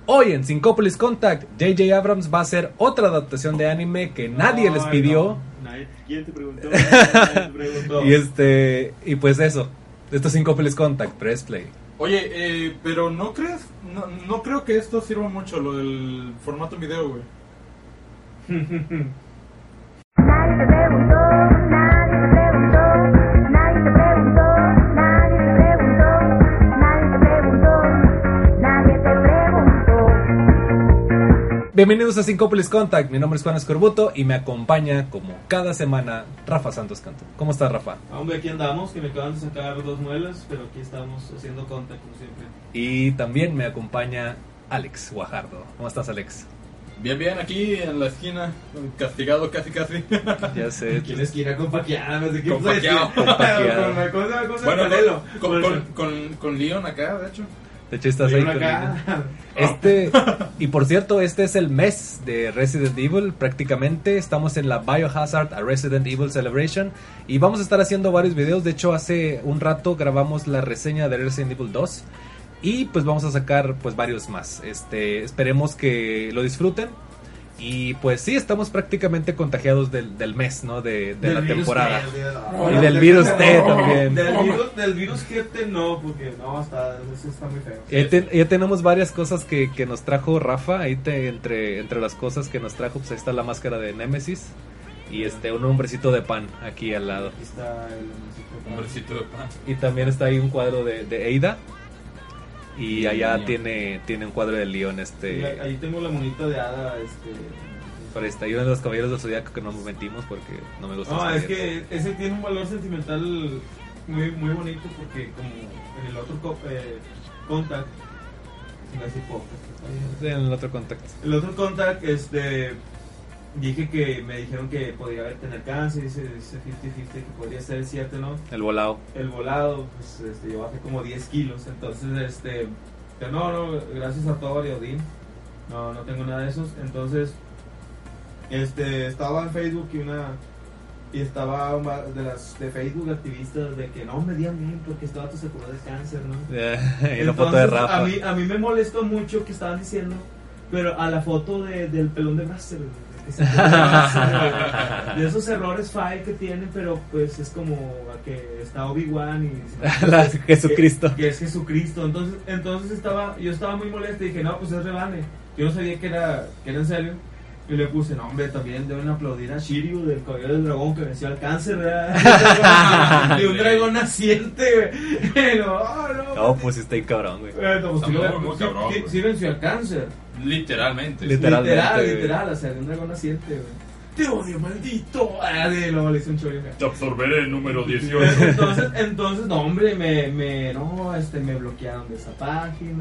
Hoy en Syncópolis Contact, J.J. Abrams va a hacer otra adaptación de anime que nadie les pidió. ¿Quién te preguntó? ¿Quién te preguntó? Y pues eso. Esto es Syncópolis Contact, press play. Oye, pero ¿no crees? No creo que esto sirva mucho, lo del formato en video, güey. Nadie te preguntó, nadie te preguntó, nadie te preguntó, nadie te preguntó, nadie te preguntó, nadie te preguntó. Bienvenidos a Syncópolis Contact, mi nombre es Juan Escorbuto y me acompaña como cada semana Rafa Santos Canto. ¿Cómo estás, Rafa? Hombre, aquí andamos, que me acaban de sacar 2 muelas, pero aquí estamos haciendo contact como siempre. Y también me acompaña Alex Guajardo. ¿Cómo estás, Alex? Bien, aquí en la esquina, castigado casi. Ya sé. Aquí en la esquina con Paquiao, no sé qué. Con Paquiao. Bueno, Con Leon acá, de hecho. De hecho, estás ahí con acá. Y por cierto, este es el mes de Resident Evil. Prácticamente estamos en la Biohazard a Resident Evil Celebration y vamos a estar haciendo varios videos. De hecho, hace un rato grabamos la reseña de Resident Evil 2 y pues vamos a sacar pues varios más. Esperemos que lo disfruten. Y pues sí, estamos prácticamente contagiados del mes, ¿no? De la temporada. Y del virus T también. Del virus GT no, porque no, está muy feo. Ya tenemos varias cosas que nos trajo Rafa. Ahí entre las cosas que nos trajo, pues ahí está la máscara de Nemesis. Y un hombrecito de pan aquí al lado. Aquí está el Hombrecito de pan. Y también está ahí un cuadro de Ada. Y allá tiene un cuadro de Leon. Ahí tengo la monita de Ada. Por ahí está. Y uno de los caballeros del Zodiaco que no metimos porque no me gusta. No, es que ese tiene un valor sentimental muy, muy bonito porque como en el otro contact, En el otro contacto. el otro contact, dije que me dijeron que podría tener cáncer, dice 50-50 que podría ser cierto, ¿no? El volado. El volado, pues yo bajé como 10 kilos, entonces pero no, gracias a Thor y Odín, no tengo nada de esos, entonces estaba en Facebook y estaba una de Facebook activistas de que no me digan bien porque este vato se curó de cáncer, ¿no? Y la foto de Rafa. A mí me molestó mucho que estaban diciendo, pero a la foto del pelón de Braster, de esos errores file que tienen, pero pues es como que está Obi-Wan y Jesucristo. que es Jesucristo. Entonces yo estaba muy molesto y dije, no, pues es rebane. Yo no sabía que era en serio. Y le puse, no, hombre, también deben aplaudir a Shiryu del Caballero del Dragón que venció al cáncer, ¿verdad? De un dragón naciente, güey. No, pues está ahí cabrón, güey. Muy cabrón. Sí venció al cáncer. Literalmente. Literal, o sea, de un dragón naciente, güey. ¡Te odio, maldito! Luego le hice un chorro. Te absorberé el número 18. Entonces, no, hombre, me bloquearon de esa página.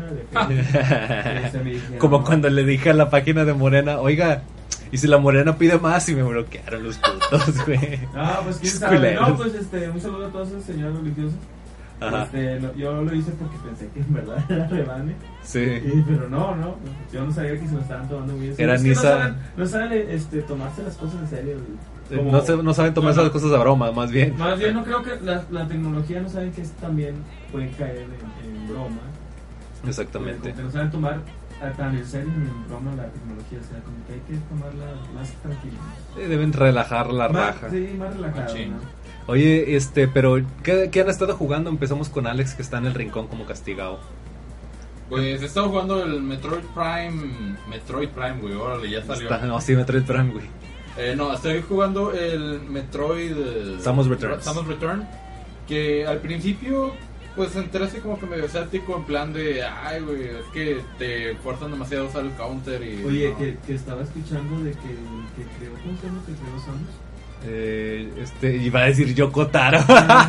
Me dijeron, como cuando le dije a la página de Morena, oiga, y si la Morena pide más, y me bloquearon los putos, güey. No, pues quién sabe. No, pues un saludo a todos esos señores religiosos. Ajá. Yo lo hice porque pensé que en verdad era rebane. Sí. Pero no, yo no sabía que se lo estaban tomando muy en serio. Era Nisa. No saben tomarse las cosas en serio. No saben tomar esas cosas a broma, más bien. Más bien no creo que la tecnología no saben que también puede caer en broma. Exactamente. Porque no saben tomar tan en serio ni en broma la tecnología. O sea, como que hay que tomarla más tranquila. Deben relajar la raja. Sí, más relajado, ¿no? Oye, pero ¿qué han estado jugando? Empezamos con Alex, que está en el rincón como castigado. Pues he estado jugando el Metroid Prime, güey, órale, ya salió. Metroid Prime, güey. No, estoy jugando el Metroid Samus Return, que al principio pues entré así como que medio escéptico, en plan de, ay, güey, es que te fuerzan demasiado a usar el counter y... Oye, no. que estaba escuchando de que creó, ¿cómo se llama que creó Samus? Iba a decir Yoko Taro.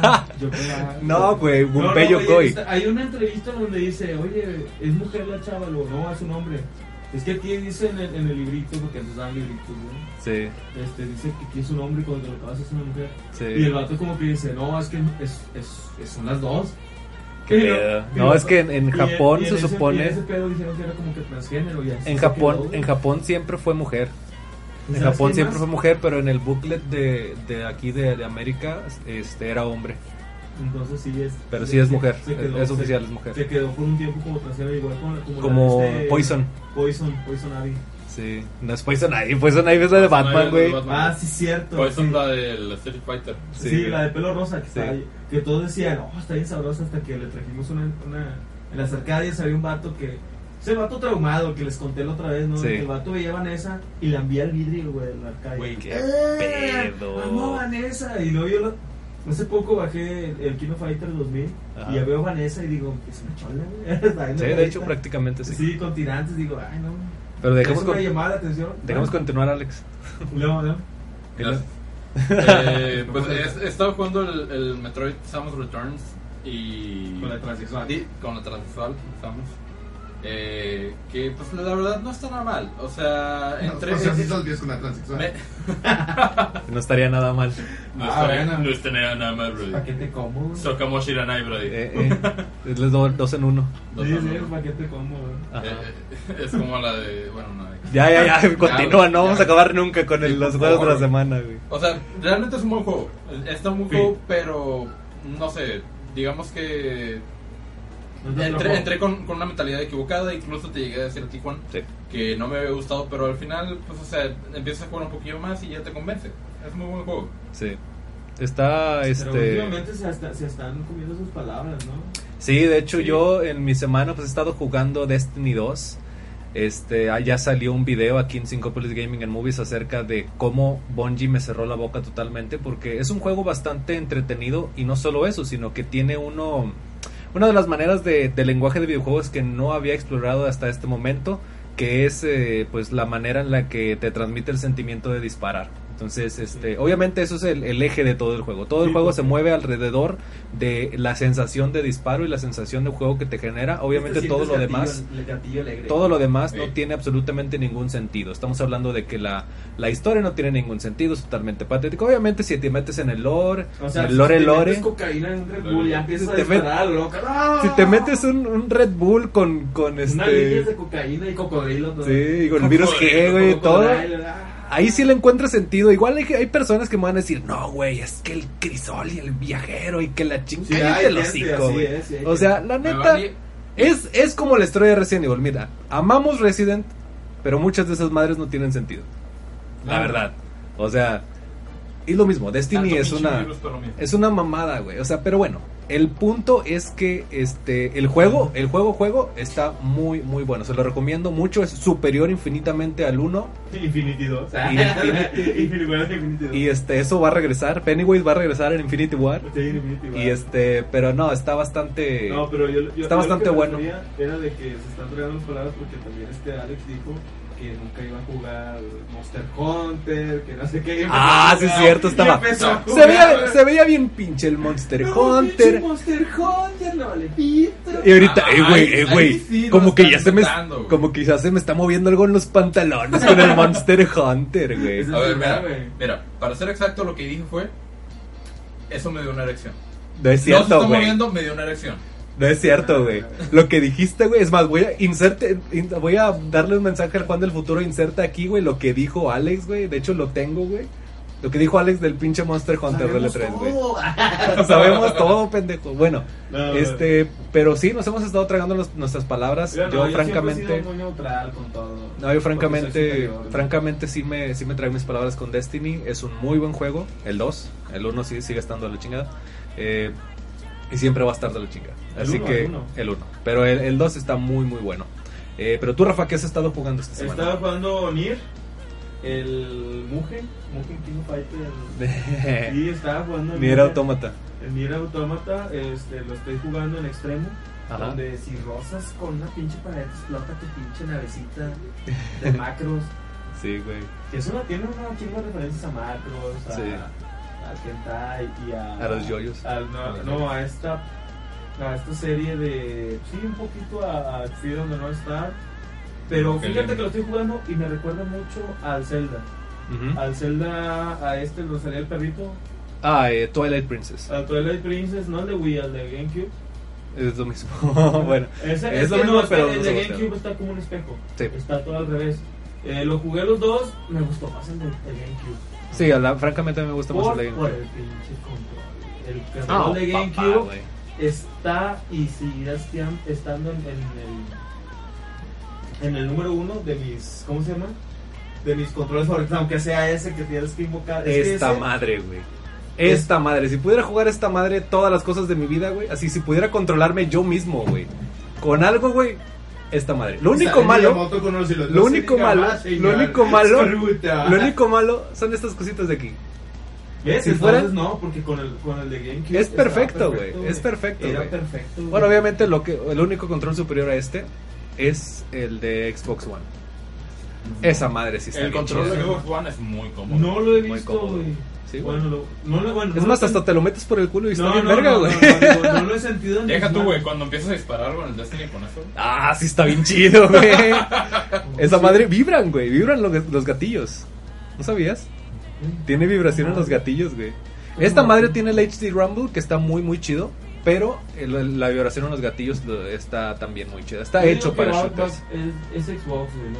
No, güey, Gunpei Yokoi. Hay una entrevista donde dice, oye, ¿es mujer la chava? No, es un hombre. Es que aquí dice en el librito, porque antes daban libritos, ¿no? Sí. Dice que aquí es un hombre cuando lo acabas es una mujer. Sí. Y el vato como que dice, no, es que son las dos. ¿Qué pedo? No, es que en Japón se supone... Y ese pedo dijeron que era como que transgénero. En Japón siempre fue mujer. En Japón siempre fue mujer, pero en el booklet de aquí de América era hombre. Entonces sí es. Pero sí es mujer, es oficial, es mujer. Se quedó por un tiempo como trasera, igual como Poison. Poison Ivy. Sí, no es Poison Ivy, Poison Ivy es la de Poison Batman, Ivy güey. es de Batman. Ah, sí, cierto. Pues sí. es la del Street Fighter. Sí, Sí, la de pelo rosa que Sí. está ahí. Que todos decían, oh, está bien sabrosa, hasta que le trajimos una en las arcadias había un vato que... Ese vato traumado que les conté la otra vez, ¿no? Sí. Que el vato veía a Vanessa y la envía al vidrio, güey, en la arcadia. Güey, qué pedo. Amo a Vanessa. Y luego yo hace poco bajé el Kino Fighter 2000 Ajá. y ya veo a Vanessa y digo, es una chola, güey. Está viendo Sí, de ahí, hecho, está. prácticamente sí. Sí, con tirantes, digo, ay, no. Pero dejemos, Eso me llamaba la atención. dejemos continuar, Alex. No. Gracias. Pues he estado jugando el Metroid Samus Returns y Con la transexual. con la transexual Samus, que pues la verdad no está nada mal, o sea, entre O sea, sí saldrías con una transexual. No estaría nada mal. no está nada mal, brody. Paquete combo. Sokamo Shiranai, brody. Es los dos en uno. Sí, el paquete combo. Ajá. Es como la de, bueno, no, Ya, continúa, no vamos a ya. acabar nunca con Sí, los por juegos de la favor. semana, güey. O sea, realmente es un buen juego. Está un buen Sí. juego, pero no sé, digamos que entré con una mentalidad equivocada. Incluso te llegué a decir a ti, Juan, Sí. que no me había gustado, pero al final, pues, o sea, empiezas a jugar un poquillo más y ya te convence. Es muy buen juego. Sí. Está, Pero últimamente se están comiendo sus palabras, ¿no? Sí, de hecho Sí. yo en mi semana pues he estado jugando Destiny 2. Ya salió un video aquí en Syncopoulos Gaming and Movies acerca de cómo Bungie me cerró la boca totalmente, porque es un juego bastante entretenido y no solo eso, sino que tiene una de las maneras de lenguaje de videojuegos que no había explorado hasta este momento, que es pues la manera en la que te transmite el sentimiento de disparar. Entonces, obviamente eso es el eje de todo el juego. Todo el Sí, juego pues, se sí. mueve alrededor de la sensación de disparo y la sensación de juego que te genera. Obviamente todo lo demás, todo lo demás no Sí. tiene absolutamente ningún sentido. Estamos hablando de que la historia no tiene ningún sentido, es totalmente patético. Obviamente si te metes en el lore, O sea, el lore, si te metes cocaína en un Red Bull, ya Si empiezas a te disparar a lo loco. ¡No! si te metes un Red Bull con Unas líneas de cocaína y cocodrilo. todo. sí, y con el virus G, güey, todo. Cocodrilo, ah. Ahí sí le encuentra sentido. Igual hay personas que me van a decir, no, güey, es que el crisol y el viajero y que la Sí, chingada hay del gente, hocico, así güey. es, sí, hay O sea, la Me neta, vale- es como la historia de Resident Evil. Mira, amamos Resident, pero muchas de esas madres no tienen sentido. La Ah. verdad. O sea, y lo mismo, Destiny Tanto es pinche una... virus, pero mira. Es una mamada, güey. O sea, pero bueno, el punto es que el juego está muy, muy bueno. Se lo recomiendo mucho. Es superior infinitamente al 1. Infinity 2. Infinity 2. Y eso va a regresar. Pennywise va a regresar en Infinity War. Y pero no, está bastante. No, pero yo Está bastante lo que me bueno. refería Era de que se están regando las palabras porque también Alex dijo que nunca iba a jugar Monster Hunter, que no sé qué. Ah, sí, es cierto, estaba. Empezó a Se veía bien pinche el Monster Hunter. Monster Hunter, no vale pito. Y ahorita, Ahí güey, sí nos como que están ya se me, inventando, güey. como que ya se me está moviendo algo en los pantalones con el Monster Hunter, güey. Eso A ver, es verdad, güey. mira, para ser exacto, lo que dije fue: eso me dio una erección. No es No se cierto, está güey. moviendo, me dio una erección. No es cierto, güey. Lo que dijiste, güey, es más, voy a darle un mensaje al Juan del futuro, inserta aquí, güey, lo que dijo Alex, güey. De hecho, lo tengo, güey. Lo que dijo Alex del pinche Monster Hunter del E3, güey. Sabemos todo, pendejo. Bueno, No, pero sí, nos hemos estado tragando nuestras palabras. Mira, no, yo, siempre he francamente, sido muy neutral con todo. no, yo francamente, Porque soy superior, ¿no? francamente sí me traigo mis palabras con Destiny. Es un muy buen juego, el 2. El 1 sí sigue estando a la chingada. Y siempre va a estar de la chingada. El Así uno, que el uno. el 1. Pero el 2 está muy, muy bueno. Pero tú, Rafa, ¿qué has estado jugando esta semana? Estaba jugando Nier, el Mugen King of Fighter. Y estaba jugando el Nier Automata. El Nier Automata, lo estoy jugando en extremo. Ajá. Donde si rozas con una pinche pared explota tu pinche navecita de macros. Sí, güey. Que tiene una chingo de referencias a macros, Sí. al Kentai y A los yoyos. a esta serie de. Sí, un poquito a Fear on the North Star. Pero Qué fíjate lindo. que lo estoy jugando y me recuerda mucho al Zelda. Ujú. Al Zelda, donde salía el perrito. Twilight Princess. Al Twilight Princess, no al de Wii, al de GameCube. Es lo mismo. Bueno, es Es lo que mismo, no, pero el no de se GameCube está como un espejo. Sí. Está todo al revés. Lo jugué los dos, me gustó más el de GameCube. Sí, francamente me gusta más el de Por GameCube. el pinche control. El Ah, control de papá, GameCube güey. está y seguirá estando en en el número 1 de mis, ¿cómo se llama? De mis controles favoritos, aunque sea ese que tienes que invocar. Es que Esta ese- madre, güey. Esta madre. Si pudiera jugar esta madre todas las cosas de mi vida, güey. Así, si pudiera controlarme yo mismo, güey. Con algo, güey. Esta madre. Lo único Sale malo. Miyamoto con unos hilos. Lo No se único diga malo. más, Lo señor. único malo. Disfruta. Lo único malo son estas cositas de aquí. ¿Ves? si Entonces fuera- no, porque con el de GameCube Es estaba perfecto, güey. Es perfecto, Era güey. perfecto, güey. Bueno, obviamente el único control superior a este es el de Xbox One. Esa madre sí está El bien control de chida. Xbox One es muy cómodo. No lo he Muy visto, cómodo. güey. Sí, güey. Bueno, bueno, Es más, hasta te lo metes por el culo y está no, bien no, verga, no, güey. no lo he sentido en Deja mis tú, manos. güey, cuando empiezas a disparar con el Destiny con eso. Ah, sí está bien chido, güey. Esa madre vibran, güey. Vibran los gatillos. ¿No sabías? Tiene vibración en los gatillos, güey. Esta madre tiene el HD Rumble, que está muy, muy chido. Pero la vibración en los gatillos está también muy chida. Está Yo hecho digo que para va- shooters. Es Xbox, güey.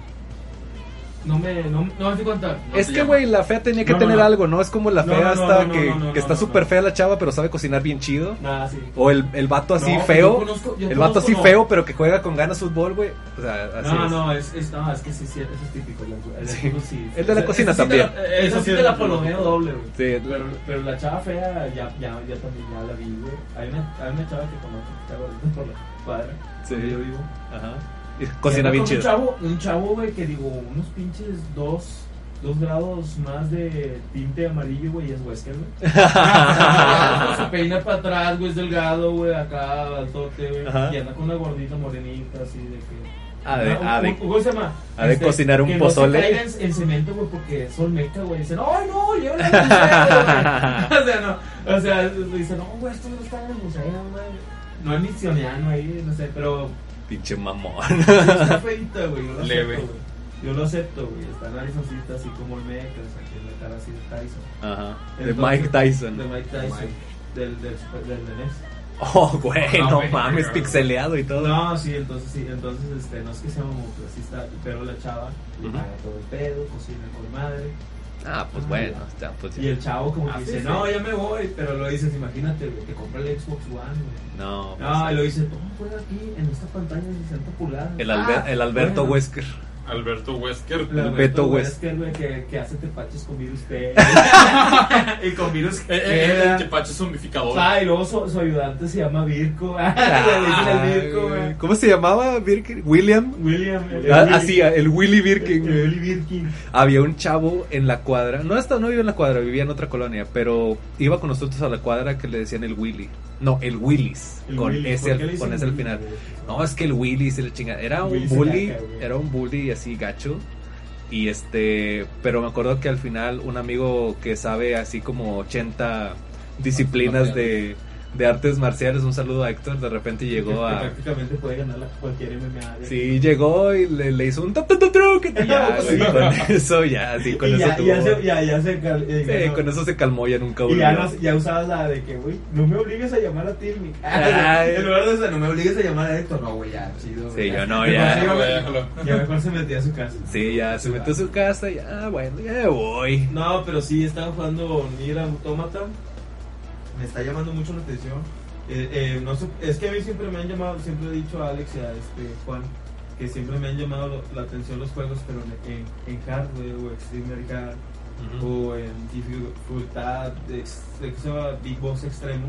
No me hace cuenta. No Es se que, llama. güey, la fea tenía que No, tener no. algo, ¿no? Es como la No, fea no, hasta no, que, no, no, que está no, súper no. fea la chava, pero sabe cocinar bien chido. Nada, sí. O el vato así No, feo. yo El vato así conozco, feo, pero que juega con ganas fútbol, güey. O sea, así No, es. no, es que sí, eso es típico. El Sí. fútbol sí. El de la Ese cocina sí te también. Eso sí te la palomeo doble, güey. Sí. Pero la chava fea, ya también ya la vi, güey. Hay una chava que conozco que está gordita por la cuadra. Sí. Donde yo vivo. Ajá. Y cocina bien chido. Un chavo, güey, que digo, unos pinches 2 grados más de tinte amarillo, güey, y es Wesker, güey. Se peina para atrás, güey, es delgado, güey, acá, altote, güey. Ajá. Y anda con una gordita morenita, así de que... ¿Cómo se llama? ha de cocinar un que pozole. No se caiga en cemento, güey, porque son meca, güey. Dicen, ¡ay, no! ¡Llévale al museo, güey! O sea, no. O sea, dicen, no, güey, esto no está en el museo, güey. No es misioniano ahí, no sé, pero... Pinche mamón. Está feita, güey. Yo lo Leve. acepto, güey. Yo lo acepto, güey. Está narizoncita así como el meca, o sea, que la cara así de Tyson. Ajá. De Entonces, Mike Tyson. De Mike Tyson. Mike. Del NES. Oh, güey, No, no güey, mames, no. pixeleado y todo. No, sí, entonces, no es que sea mamón, pero sí está, pero la chava le Ujú. paga todo el pedo, cocina con madre. Ah, pues bueno, está, pues Y ya. el chavo como que Ah, dice, sí, no, sí. ya me voy, pero lo dices, imagínate, güey, que compra el Xbox One, güey. No, pues, No, y lo dice, toma, juega aquí, en esta pantalla de 60 pulgadas. el Alberto bueno. Wesker. Alberto Wesker. El El Alberto Beto Wesker, güey, que hace tepaches con virus T. Y con virus El tepache zombificador. Ah, y luego su ayudante se llama Virko. Le dicen el Virko, güey. ¿Cómo se llamaba? Birkin? William. William. Así, el Willy Birkin. El Willy Birkin. Había un chavo en la cuadra, no vivía en la cuadra, vivía en otra colonia, pero iba con nosotros a la cuadra que le decían el Willy. No, el Willis, El con Willy. ese ¿Por qué le al, con dicen ese al Willy, final. güey? No, es que el Willis, el chingada, era un Willy se bully, caca, güey. era un bully así gacho. Y pero me acuerdo que al final un amigo que sabe así como 80 disciplinas de artes marciales, un saludo a Héctor, de repente llegó Que a... prácticamente puede ganar cualquier MMA. Sí, llegó y le hizo un tap tap tap truque y ya, güey, con eso ya, así con Y eso ya, tuvo... ya se Sí, con eso se calmó, ya nunca Y volvió. ya usabas la de que, güey, no me obligues a llamar a Tilmic. Ay. En lugar de eso, no me obligues a llamar a Héctor. No, güey, ya, chido. Sí, güey, yo no, Mejor ya. se iba- Güey, déjalo. Ya mejor se metía a su casa. Sí, ya se metió a su casa y ya, bueno, ya me voy. No, pero sí, estaba jugando Nier Automata. Me está llamando mucho la atención. No sé, es que a mí siempre me han llamado, siempre he dicho a Alex y a Juan, que siempre me han llamado la atención los juegos, pero en hard, güey, o extreme hard, o en dificultad, de que se llama Big Boss extremo.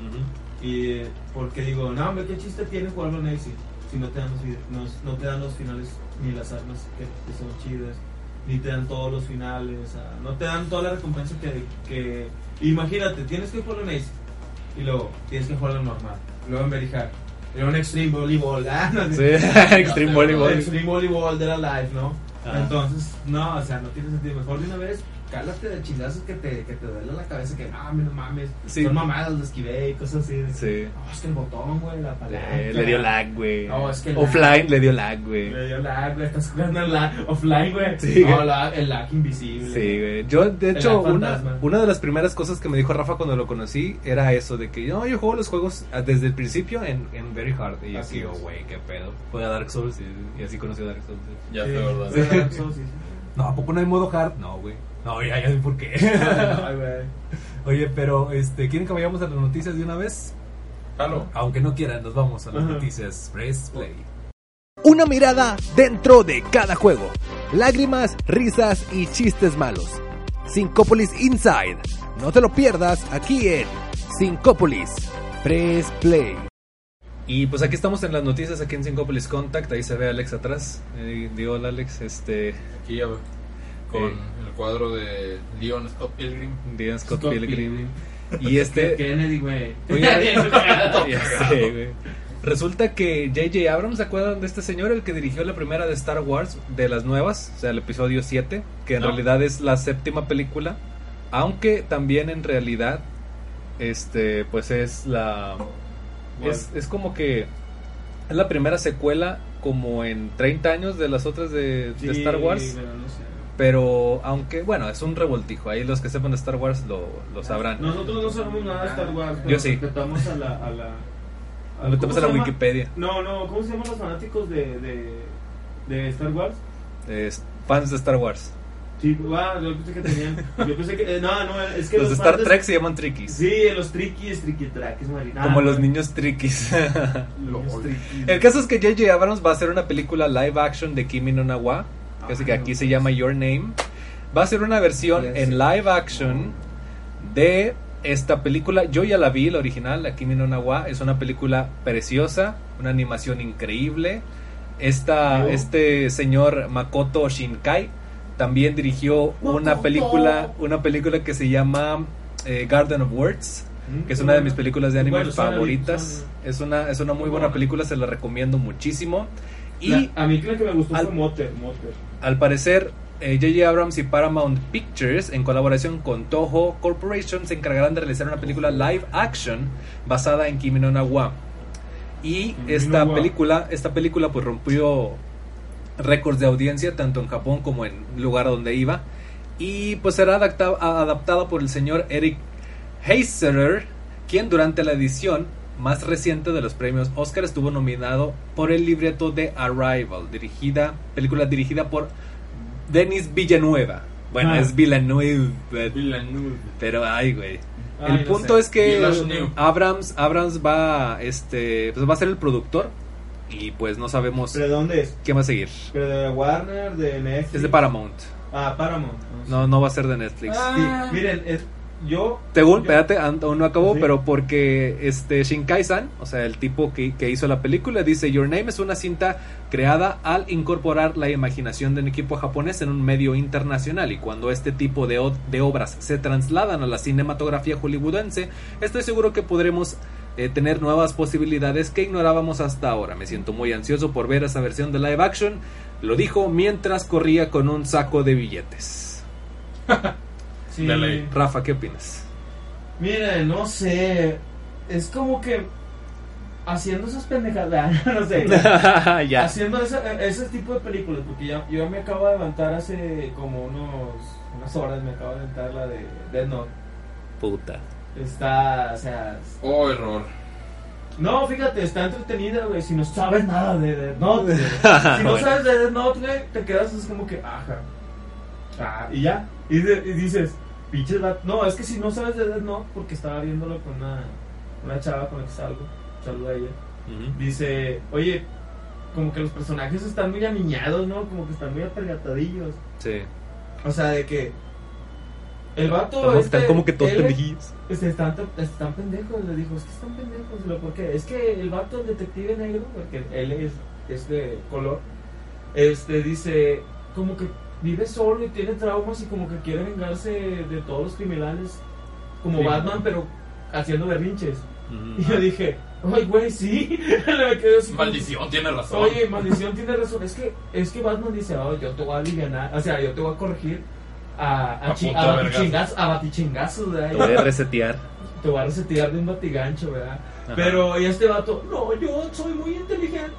Y porque digo, no, hombre, ¿qué chiste tiene jugarlo en Easy? Si no te dan no te dan los finales, ni las armas que son chidas, ni te dan todos los finales, no te dan toda la recompensa que imagínate, tienes que jugarlo en Easy, y luego tienes que jugarlo en normal, luego en Very Hard, y luego en Extreme Volleyball, Sí, Extreme Volleyball. Extreme Volleyball de la live, ¿no? Ajá. Entonces, no, o sea, no tiene sentido. Mejor de una vez, cálate de chingazos que te duele la cabeza, que no mames, Sí. son mamadas, lo esquivé y cosas así. Sí. No, es que el botón, güey, la palanca. Le dio lag, güey. No, es que el Offline le dio lag, güey. Le dio lag, güey, estás jugando en offline, güey. Sí, No, güey. el lag invisible. Sí, güey. Yo, de hecho, lag fantasma. una de las primeras cosas que me dijo Rafa cuando lo conocí era eso, de que no, yo juego los juegos desde el principio en Very Hard. Y Así así, es. güey, qué pedo. Juega Dark Souls y así conocí a Dark Souls. Ya Sí, fue verdad. sí, Dark Souls, sí, sí. No, ¿a poco no hay modo hard? No, güey. No, ya sé por qué. Ay, güey. Oye, pero, ¿quieren que vayamos a las noticias de una vez? Jalo. Aunque no quieran, nos vamos a las Ajá. noticias. Press play. Una mirada dentro de cada juego. Lágrimas, risas y chistes malos. Syncópolis Inside. No te lo pierdas aquí en Syncópolis. Press Play. Y pues aquí estamos en las noticias, aquí en Syncópolis Contact. Ahí se ve a Alex atrás. Digo, hola Alex. Aquí ya con el cuadro de Leon Scott Pilgrim. Leon Scott Pilgrim. Y Kennedy, güey. Ya sé, güey. Resulta que J.J. Abrams, ¿se acuerdan de este señor? El que dirigió la primera de Star Wars, de las nuevas, o sea, el episodio 7, que en realidad es la 7ª película, aunque también en realidad, pues es la... Es como que es la primera secuela como en 30 años de las otras de Star Wars. Pero no sé. Pero, aunque, bueno, es un revoltijo. Ahí los que sepan de Star Wars lo sabrán. Nosotros no sabemos nada de Star Wars. Yo sí. Respetamos a la Metemos a la Wikipedia. No, ¿cómo se llaman los fanáticos de Star Wars? Fans de Star Wars. Sí, yo pensé que tenían. Yo pensé que. No, es que los de Star Trek se llaman Trekkies. Sí, los Trekkies, Marina. Como los niños Trekkies. Niños Trekkies. El caso es que J.J. Abrams va a hacer una película live action de Kimi no Na wa, que aquí se llama Your Name. Va a ser una versión en live action de esta película. Yo ya la vi, la original, la Kimi no Na wa. Es una película preciosa, una animación increíble. Este señor Makoto Shinkai también dirigió una película que se llama Garden of Words, que es una de mis películas de anime favoritas. Es una muy buena película, se la recomiendo muchísimo. Y a mí creo que me gustó fue Motor. Al parecer, J.J. Abrams y Paramount Pictures, en colaboración con Toho Corporation, se encargarán de realizar una película live action basada en Kimi no Na wa. Y esta película pues rompió récords de audiencia tanto en Japón como en el lugar donde iba, y pues será adaptada por el señor Eric Heiserer, quien durante la edición más reciente de los premios Oscar estuvo nominado por el libreto de Arrival, película dirigida por Denis Villeneuve. Bueno, es Villeneuve, pero ay, güey. El punto es que Abrams va pues va a ser el productor. Y pues no sabemos. ¿Pero de dónde es? ¿Quién va a seguir? ¿Pero de Warner, de Netflix? Es de Paramount. Paramount. No va a ser de Netflix. Sí, miren, espérate, aún no acabó, ¿sí? Pero porque Shinkai-san, o sea, el tipo que hizo la película, dice: Your Name es una cinta creada al incorporar la imaginación de un equipo japonés en un medio internacional, y cuando este tipo de obras se trasladan a la cinematografía hollywoodense, estoy seguro que podremos tener nuevas posibilidades que ignorábamos hasta ahora. Me siento muy ansioso por ver esa versión de live action. Lo dijo mientras corría con un saco de billetes. Sí. Rafa, ¿qué opinas? Mira, no sé. Es como que haciendo esas pendejadas, no sé. Ya. Haciendo ese tipo de películas, porque yo me acabo de levantar hace como unas horas, me acabo de levantar la de Death Note. Puta. Está, o sea... error. No, fíjate, está entretenida, güey. Si no sabes nada de Death Note, si no sabes de Death Note, güey, te quedas así como que, y ya. Y dices, pinches vato. No, es que si no sabes de Death Note, porque estaba viéndolo con una chava con la que salgo, saluda a ella. Dice, oye, como que los personajes están muy aniñados, ¿no? Como que están muy apergatadillos. Sí. O sea, de que el vato están como que todos pendejillos. Están pendejos, le dijo, es que están pendejos. ¿Por qué? Es que el vato, el detective negro, porque él es de color, dice, como que vive solo y tiene traumas y como que quiere vengarse de todos los criminales, como Batman, pero haciendo berrinches. Y yo dije, ay, güey, sí. Me quedé así, maldición, tiene razón. Oye, maldición, tiene razón. Es que Batman dice, yo te voy a aliviar, o sea, yo te voy a corregir a batichingazos, ¿verdad? Te voy a resetear. Te voy a resetear de un batigancho, ¿verdad? Ajá. Pero, y este vato, no, yo soy muy inteligente.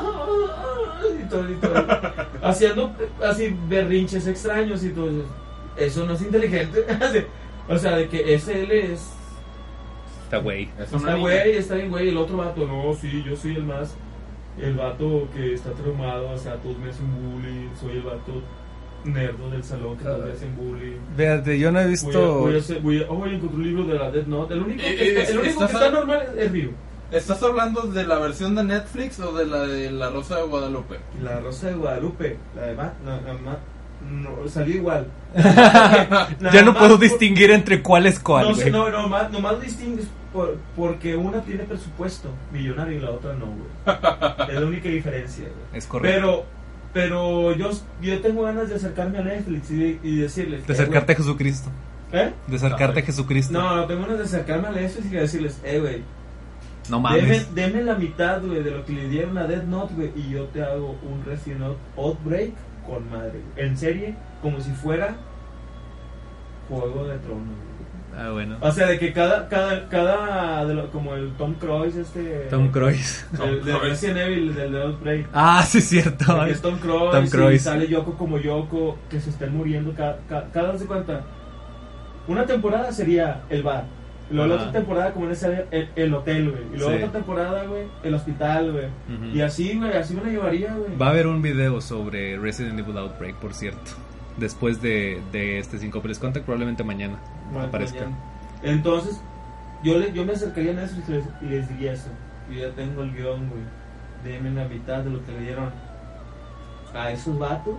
Y todo. Haciendo así berrinches extraños y todo. Eso no es inteligente. O sea, de que él es... Está güey. Está bien güey. El otro vato, no, sí, yo soy el vato que está traumado. O sea, todos me hacen bullying. Soy el vato nerdo del salón que todos me hacen bullying. Fíjate, yo no he visto... Voy a encontrar un libro de la Death Note. El único que está normal es Ryu. ¿Estás hablando de la versión de Netflix o de la Rosa de Guadalupe? La Rosa de Guadalupe, la de Matt, no, salió igual. Ya no puedo distinguir entre cuál es cuál, No, güey. nomás distingues porque una tiene presupuesto millonario y la otra no, güey. Es la única diferencia, güey. Es correcto. Pero yo tengo ganas de acercarme a Netflix y decirles... De acercarte a Jesucristo. ¿Eh? De acercarte a Jesucristo. No, tengo ganas de acercarme a Netflix y decirles, güey, No mames. deme la mitad, güey, de lo que le dieron a Death Note, güey, y yo te hago un Resident Evil Outbreak con madre, güey. En serie, como si fuera Juego de Tronos, güey. Ah, bueno. O sea, de que cada como el Tom Cruise, Tom Cruise. el de Resident Evil, del de Outbreak. Ah, sí, es cierto. Que es Tom Cruise, Tom Cruise. y sale Yoko como Yoko, que se estén muriendo cada vez de cuenta. Una temporada sería el bar. Y luego la Ajá. otra temporada como en ese el hotel, güey. Y luego Sí. otra temporada, güey, el hospital, güey. Ujú. Y así, güey, así me la llevaría, güey. Va a haber un video sobre Resident Evil Outbreak, por cierto. Después de este Syncoples Contact, probablemente mañana Bueno, aparezca. mañana. Entonces, yo me acercaría a Netflix y les diría eso. Yo ya tengo el guión, güey. Denme la mitad de lo que le dieron a esos vatos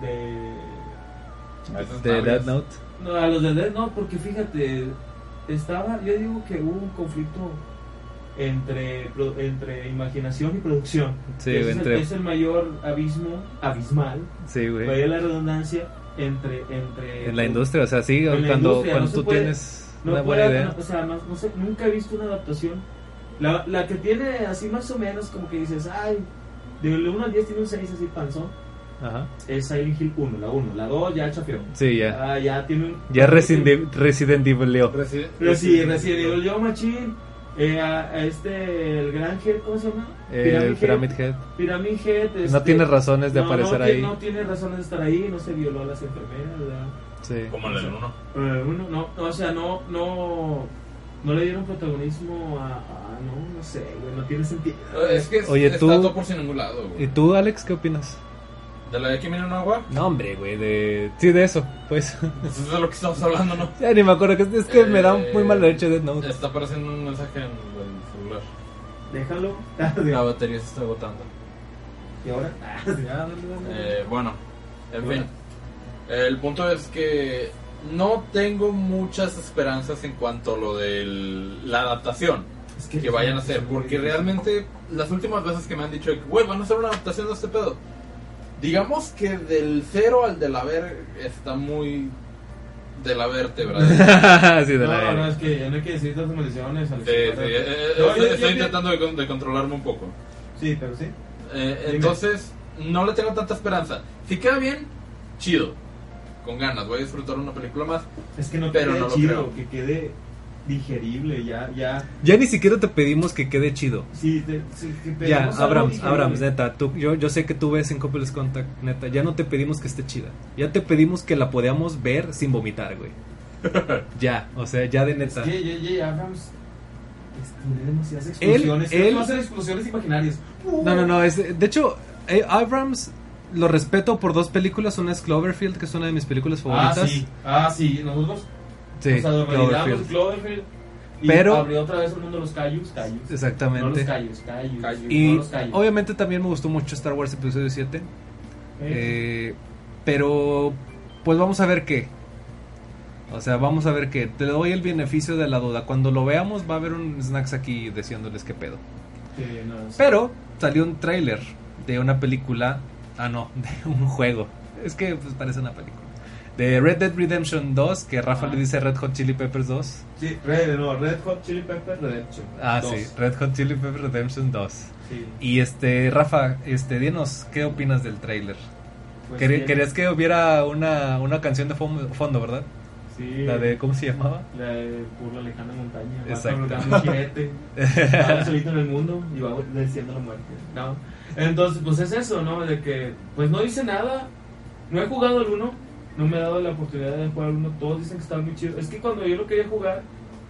De Death Note. No, a los de Death Note, porque fíjate, yo digo que hubo un conflicto entre imaginación y producción. Sí, Ese entre- es el mayor abismal, Sí, güey. vaya la redundancia, entre En la industria, o sea, sí, En la cuando industria, no se tú puede- tienes no una puede- buena idea. o sea, no sé, nunca he visto una adaptación. La que tiene así más o menos como que dices, ay, de 1 al 10 tiene un 6 así panzón, Ajá. es Silent Hill 1, la 1, la 2 ya chafió. Sí, ya. Ya tiene un... Ya Resident Evil Leo. Pero sí, Resident Evil, yo machín, el gran Head, ¿cómo se llama? Pyramid Head. Pyramid Head. No tiene razones de aparecer ahí. No tiene razones de estar ahí, no se violó a las enfermeras, ¿verdad? Sí. Como en el 1. O sea, no le dieron protagonismo no sé, güey, no tiene sentido. Es que Oye, está tú- todo por sin ningún lado, ¿Y güey. tú, Alex, qué opinas? ¿De la de Kimi no Nawa? No, hombre, güey, sí, de eso, pues. Eso es de lo que estamos hablando, ¿no? Ya ni me acuerdo, es que me da muy mal derecho Death Note. Está apareciendo un mensaje en el celular. Déjalo. La batería se está agotando. ¿Y ahora? Bueno, en fin. El punto es que no tengo muchas esperanzas en cuanto a lo de la adaptación Es que vayan a hacer, porque realmente las últimas veces que me han dicho que, güey, van a hacer una adaptación de este pedo, digamos que del 0 al del haber está muy de la vértebra. Sí, de la No, es que ya no hay que decir tantas maldiciones. Estoy intentando de controlarme un poco. Sí, pero sí. Entonces, no le tengo tanta esperanza. Si queda bien, chido. Con ganas, voy a disfrutar una película más. Es que no Pero quede no lo chido, creo. que quede digerible, ya. Ya ni siquiera te pedimos que quede chido. Sí, que Ya, pedimos algo digerible. Abrams, neta, yo sé que tú ves Syncoples Contact, neta, ya no te pedimos que esté chida. Ya te pedimos que la podamos ver sin vomitar, güey. Ya, o sea, ya de Es neta. que J.J. Abrams tiene demasiadas explosiones. él- va a hacer explosiones imaginarias. No, de hecho, Abrams lo respeto por 2 películas. Una es Cloverfield, que es una de mis películas favoritas. Sí, nosotros Sí, nos adormilamos Cloverfield. Cloverfield. Y Pero- abrió otra vez el mundo de los Cayus. Exactamente. No los Cayus. Y no los Cayus. obviamente también me gustó mucho Star Wars Episodio 7. Pero pues vamos a ver qué. O sea, vamos a ver qué. Te doy el beneficio de la duda. Cuando lo veamos va a haber un snacks aquí diciéndoles qué pedo. Pero salió un tráiler de una película. Ah, no, de un juego. Es que pues parece una película. De Red Dead Redemption 2, que Rafa le dice Red Hot Chili Peppers 2. Sí, Red Hot Chili Pepper Redemption. Ah, 2. sí, Red Hot Chili Peppers Redemption 2. Sí. Y Rafa, dinos, ¿qué opinas del tráiler? Pues Querías que hubiera una canción de fondo, ¿verdad? Sí. La de, ¿cómo se llamaba? La de por la lejana montaña. Exacto. Va cabalgando un jinete. Va solito en el mundo y va venciendo la muerte. No. Entonces, pues es eso, ¿no? De que, pues no dice nada. No he jugado el 1. No me he dado la oportunidad de jugar el 1. Todos dicen que está muy chido. Es que cuando yo lo quería jugar,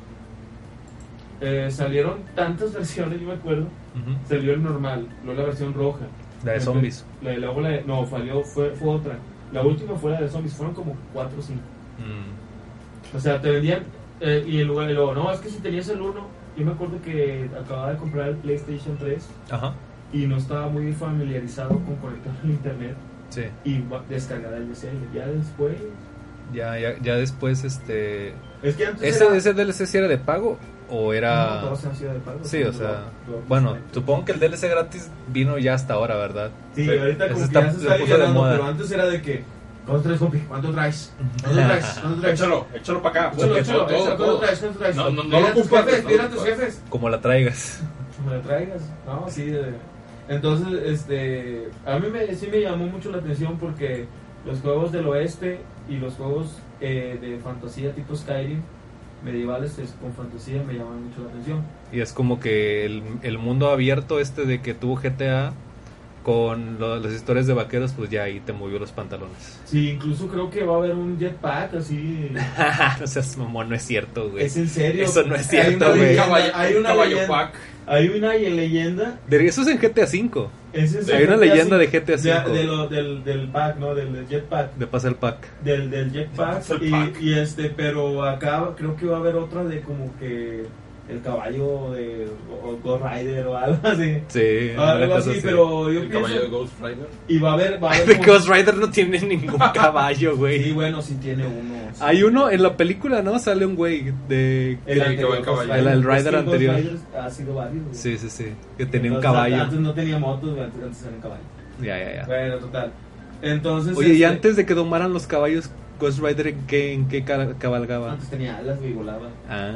salieron tantas versiones, yo me acuerdo. Ujú. Salió el normal, luego la versión roja. La de zombies. Luego no, fue otra. La última fue la de zombies. Fueron como 4 o 5. Mm. O sea, te vendían y en lugar de luego, no, es que si tenías el 1 yo me acuerdo que acababa de comprar el PlayStation 3 Ajá. y no estaba muy familiarizado con conectar al internet Sí. y descargar el DLC. Ya después... Ya después, Es que antes ¿Ese DLC sí era de pago o era...? No, todos han sido de pago. Sí, o sea, bueno, supongo que el DLC gratis vino ya hasta ahora, ¿verdad? Sí, ahorita como Ese que ya está- se se está puso de liberando, moda. pero antes era de que... ¿Cuánto traes, compi? ¿Cuánto traes? ¿Cuánto traes? ¿Cuánto traes? Échalo para acá. Échalo, porque échalo, todo, ¿cuánto todo. traes? ¿Cuánto traes? No Dile lo a tus ocupas, jefes, no dile lo a tus ocupas. jefes. Como la traigas. Me lo traigas. No, sí. Entonces, a mí sí me llamó mucho la atención porque los juegos del oeste y los juegos de fantasía tipo Skyrim, medievales con fantasía, me llaman mucho la atención. Y es como que el mundo abierto de que tuvo GTA con las historias de vaqueros, pues ya ahí te movió los pantalones. Sí, incluso creo que va a haber un jetpack así. No seas mamón, no es cierto, güey. Es en serio. Eso no es Hay cierto, una güey. leyenda, hay una caballo leyenda. pack. Hay una leyenda. Eso es en GTA V. Ese es Hay el una GTA leyenda V, de GTA V. del pack, ¿no? Del jetpack. De pasa el pack. Del jetpack. Es el pack. Pero acá creo que va a haber otra de como que el caballo de o Ghost Rider o algo así. Sí, Algo una cosa así, pero yo El caballo de pienso. Ghost Rider. Y va a haber como- Ghost Rider no tiene ningún caballo, güey. Sí, bueno, sí tiene uno. Sí. Hay uno en la película, ¿no? Sale un güey de... El que anterior, va en caballo. Ghost El Es que Rider Ghost anterior. Rider ha sido varios. güey. Sí, que tenía un Entonces, caballo. Antes no tenía motos, güey, antes era un caballo. Ya. Bueno, total. Entonces. Oye, y antes de que domaran los caballos, Ghost Rider, ¿en qué cabalgaba? Antes tenía alas, güey, volaba. Ah.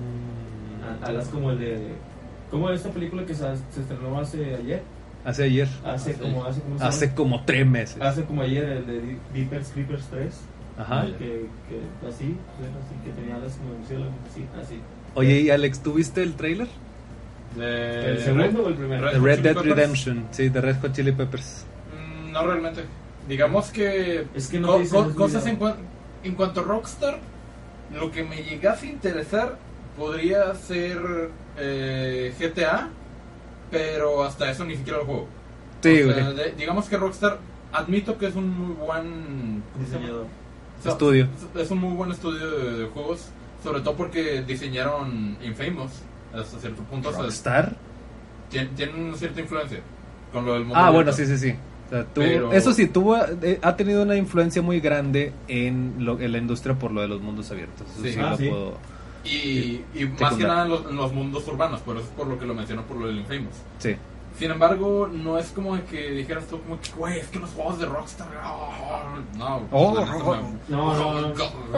Alas como el de. Como esta película que se estrenó hace ayer. Hace ayer. Hace Como 3 meses. Hace como ayer, el de Deepers Creepers 3. Ajá. Que así, que tenía alas como de murciélago. Así. Oye, y Alex, ¿tú viste el trailer? ¿El segundo o el primero? De Hot Red Chili Dead Peppers. Redemption. Sí, de Red Hot Chili Peppers. No realmente. Digamos que Es que no te dicen ese cosas video. en cuanto a Rockstar, lo que me llegase a interesar podría ser GTA, pero hasta eso ni siquiera lo juego. Sí, O sea, güey. digamos que Rockstar, admito que es un muy buen Diseñador. Estudio. Es un muy buen estudio de juegos, sobre todo porque diseñaron Infamous hasta cierto punto. O sea, ¿Rockstar? tienen cierta influencia con lo del mundo Ah, bueno, abierto. sí. O sea, Pero- eso sí, ha tenido una influencia muy grande en la industria por lo de los mundos abiertos. Eso Sí. sí, Ah, lo sí. puedo... Y más Secundar. que nada en los mundos urbanos, por eso es por lo que lo menciono, por lo del Infamous. Sí. Sin embargo, no es como de que dijeras tú como que, güey, es que los juegos de Rockstar... no. Oh, la neta oh, me- no.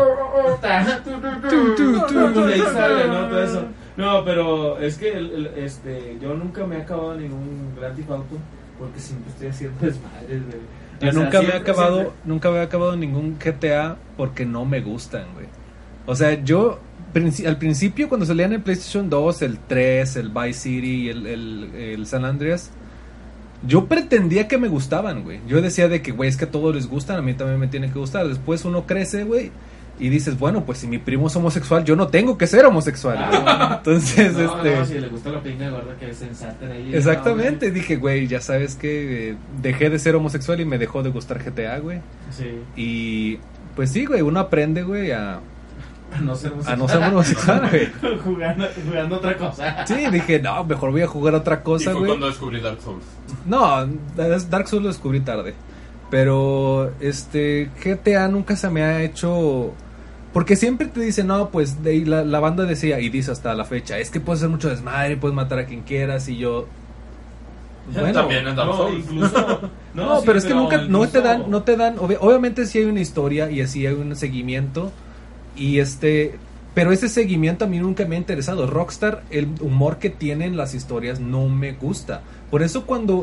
Tu. De ahí sale, ¿no? Todo eso. No, pero es que yo nunca me he acabado ningún Grand Theft Auto porque siempre estoy haciendo desmadres, güey. Yo O sea, nunca me he siempre- acabado, nunca me he acabado ningún GTA porque no me gustan, güey. O sea, yo al principio cuando salían el PlayStation 2, el 3, el Vice City y el San Andreas, yo pretendía que me gustaban, güey. Yo decía de que, güey, es que a todos les gustan, a mí también me tienen que gustar. Después uno crece, güey, y dices, bueno, pues si mi primo es homosexual, yo no tengo que ser homosexual. Ah, no. Entonces, No, si le gusta la pinga gorda que se ensarten ahí. exactamente, dije, güey, ya sabes que dejé de ser homosexual y me dejó de gustar GTA, güey. Sí. Y pues sí, güey, uno aprende, güey, a No ser no ser homosexual, güey. jugando otra cosa. Sí, dije, no, mejor voy a jugar otra Y cosa, fue güey. cuando descubrí Dark Souls. No, Dark Souls lo descubrí tarde. Pero GTA nunca se me ha hecho. Porque siempre te dicen, no, pues de ahí la banda decía, y dice hasta la fecha, es que puedes hacer mucho desmadre, puedes matar a quien quieras, y yo. Bueno, También en Dark No, Souls. incluso. no, sí, pero es que nunca, no te incluso- dan, obviamente sí hay una historia y así hay un seguimiento, y pero ese seguimiento a mí nunca me ha interesado. Rockstar, el humor que tienen las historias no me gusta. Por eso cuando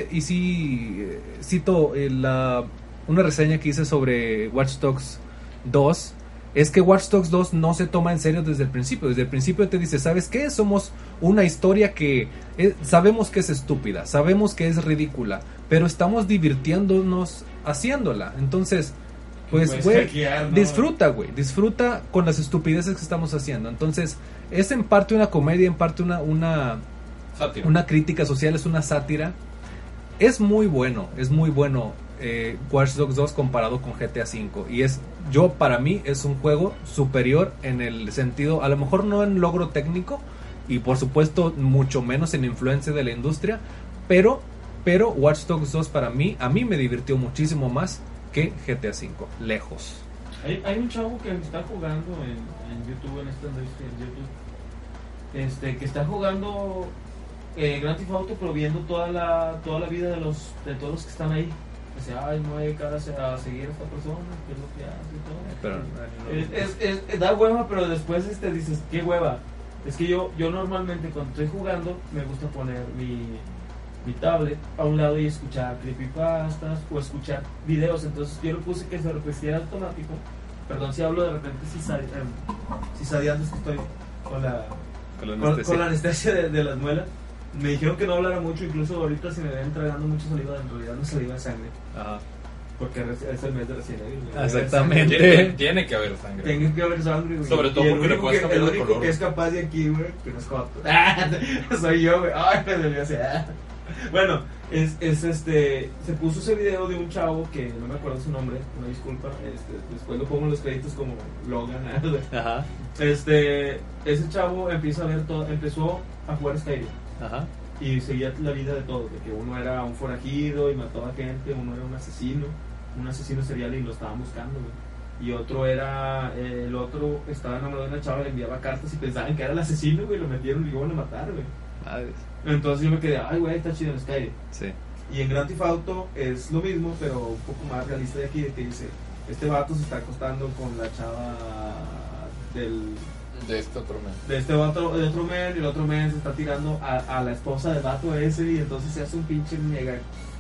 cito una reseña que hice sobre Watch Dogs 2, es que Watch Dogs 2 no se toma en serio desde el principio. Desde el principio te dice, ¿sabes qué? Somos una historia que sabemos que es estúpida, sabemos que es ridícula, pero estamos divirtiéndonos haciéndola. Entonces, pues, güey, hackear, ¿no? disfruta con las estupideces que estamos haciendo. Entonces, es en parte una comedia, en parte Sátira. una crítica social, es una sátira. Es muy bueno Watch Dogs 2 comparado con GTA V. Y para mí es un juego superior en el sentido, a lo mejor no en logro técnico, y por supuesto mucho menos en influencia de la industria, pero Watch Dogs 2 para mí, a mí me divirtió muchísimo más que GTA V, lejos. Hay un chavo que está jugando en YouTube, en esta industria, en YouTube, que está jugando Grand Theft Auto, pero viendo toda la vida de todos los que están ahí. Dice, ay, no hay cara a seguir a esta persona, qué es lo que hace y todo. Pero, da hueva, pero después dices, qué hueva. Es que yo normalmente cuando estoy jugando me gusta poner mi tablet a un lado y escuchar creepypastas o escuchar videos. Entonces yo le puse que se repitiera automático. Perdón si hablo de repente cizadeando, es que estoy con la anestesia de las muelas. Me dijeron que no hablara mucho, incluso ahorita si me ven tragando mucha saliva, en realidad no saliva de sangre. Ajá. Porque es el mes de Resident Evil. Exactamente. Tiene que haber sangre. Tiene que haber sangre, güey. Sobre todo y porque le puedes cambiar el de único color. que es capaz de aquí, güey, que no es joto. Soy yo, güey. Ay, me dolió así. Bueno, se puso ese video de un chavo que no me acuerdo su nombre, una disculpa. Después lo pongo en los créditos como Logan. Ajá. Ese chavo empezó a jugar Skyrim. Ajá. Y seguía la vida de todos, de que uno era un forajido y mataba gente, uno era un asesino serial y lo estaban buscando, güey. Y el otro estaba enamorado de una chava, le enviaba cartas y pensaban que era el asesino, güey, lo metieron y lo iban a matar, güey. Madres. Entonces yo me quedé, ay, güey, está chido en Skyrim. Sí. Y en Grand Theft Auto es lo mismo, pero un poco más realista de aquí, de que dice, este vato se está acostando con la chava de este otro men. de otro men, y el otro men se está tirando a la esposa del vato ese, y entonces se hace un pinche mega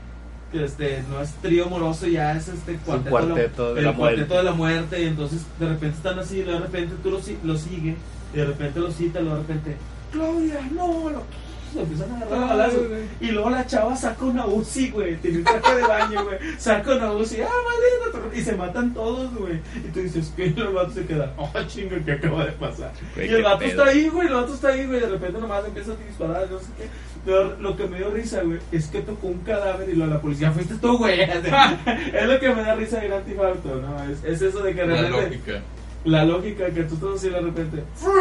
no es trío amoroso, ya es cuarteto de la muerte. Cuarteto de la muerte, y entonces de repente están así, y de repente tú lo sigues, y de repente lo cita, y de repente, Claudia, no, lo empiezan a agarrar a balazos. Y luego la chava saca una Uzi, güey. Tiene un traje de baño, güey. Saca una Uzi, maldito. Y se matan todos, güey. Y tú dices, ¿qué? Y el vato se queda, chinga, ¿qué acaba de pasar? Güey, y el vato está ahí, güey. De repente nomás empieza a disparar, no sé qué. Pero lo que me dio risa, güey, es que tocó un cadáver y la policía, fuiste tú, güey. Es lo que me da risa de Grand Theft Auto, ¿no? Es eso de que de repente. La lógica que tú todo así de repente,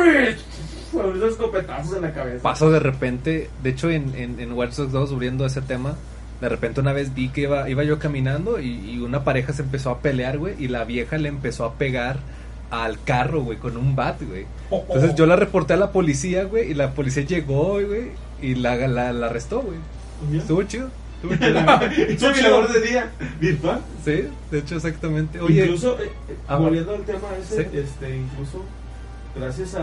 con esos escopetazos en la cabeza. Pasó de repente, de hecho en Watch Dogs 2, abriendo ese tema, de repente una vez vi que iba yo caminando y una pareja se empezó a pelear, güey, y la vieja le empezó a pegar al carro, güey, con un bat, güey. Entonces yo la reporté a la policía, güey, y la policía llegó, güey, y la arrestó, güey. Estuvo chido. Es un mirador de día virtual. Sí, de hecho, exactamente. Oye, incluso, volviendo al tema ese, ¿sí? Incluso, gracias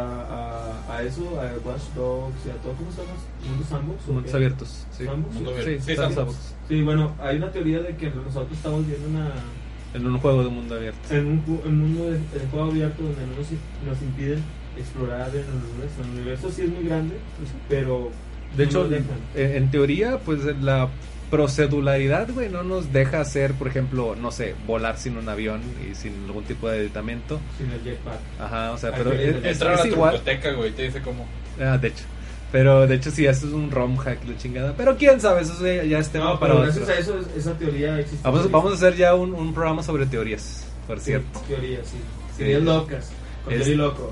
a eso, a Watch Dogs y a todo, ¿cómo se llama? ¿Mundos Sandbox? Mundos abiertos. Sí. ¿Sandbox? Sí, Sandbox. Sí, bueno, hay una teoría de que nosotros estamos viendo en un juego de mundo abierto. En un mundo de juego abierto donde no nos impiden explorar en el universo. El universo sí es muy grande, pero... De hecho, en teoría, pues la procedularidad, güey, no nos deja hacer, por ejemplo, no sé, volar sin un avión y sin algún tipo de aditamento. Sin el jetpack. Ajá, o sea, pero entrar a la igual. biblioteca, güey, te dice cómo. De hecho. Pero de hecho sí, eso es un ROM hack, la chingada. Pero quién sabe, eso ya es tema para pero otro. gracias a eso, esa teoría existe. Vamos a hacer ya un programa sobre teorías, por cierto. Teorías, sí. Teorías locas. Con loco.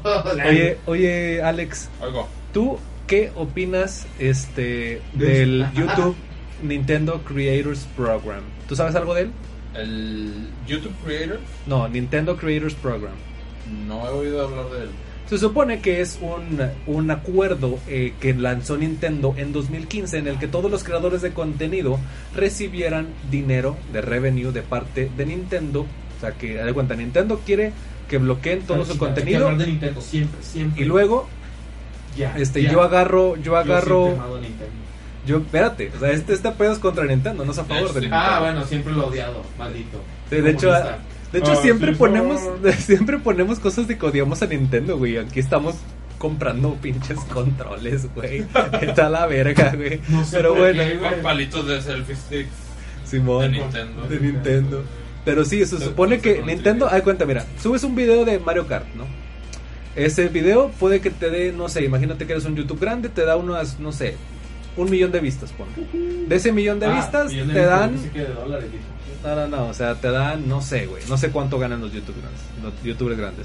Oye, Alex. Algo. ¿Tú qué opinas del YouTube Nintendo Creators Program? ¿Tú sabes algo de él? ¿El YouTube Creator? No, Nintendo Creators Program. No he oído hablar de él. Se supone que es un acuerdo que lanzó Nintendo en 2015 en el que todos los creadores de contenido recibieran dinero de revenue de parte de Nintendo. O sea, que, haz de cuenta, Nintendo quiere que bloqueen todo su contenido. Hay que hablar de Nintendo, siempre. Y luego, yo agarro... espérate, o sea, este pedo es contra Nintendo, no es a favor de Nintendo. Bueno, siempre lo he odiado, maldito. Sí, de hecho siempre ponemos cosas de que odiamos a Nintendo, güey. Aquí estamos comprando pinches controles, güey. Está la verga, güey. No sé, pero bueno, Con palitos de selfie sticks. Simón, de Nintendo. Pero sí, se supone que Nintendo, cuenta, mira, subes un video de Mario Kart, ¿no? Ese video puede que te dé, no sé, imagínate que eres un YouTube grande, te da unas, no sé, 1 millón de vistas, pon. De ese millón de vistas te dan... No, o sea, te dan, no sé, güey, no sé cuánto ganan los YouTubers grandes.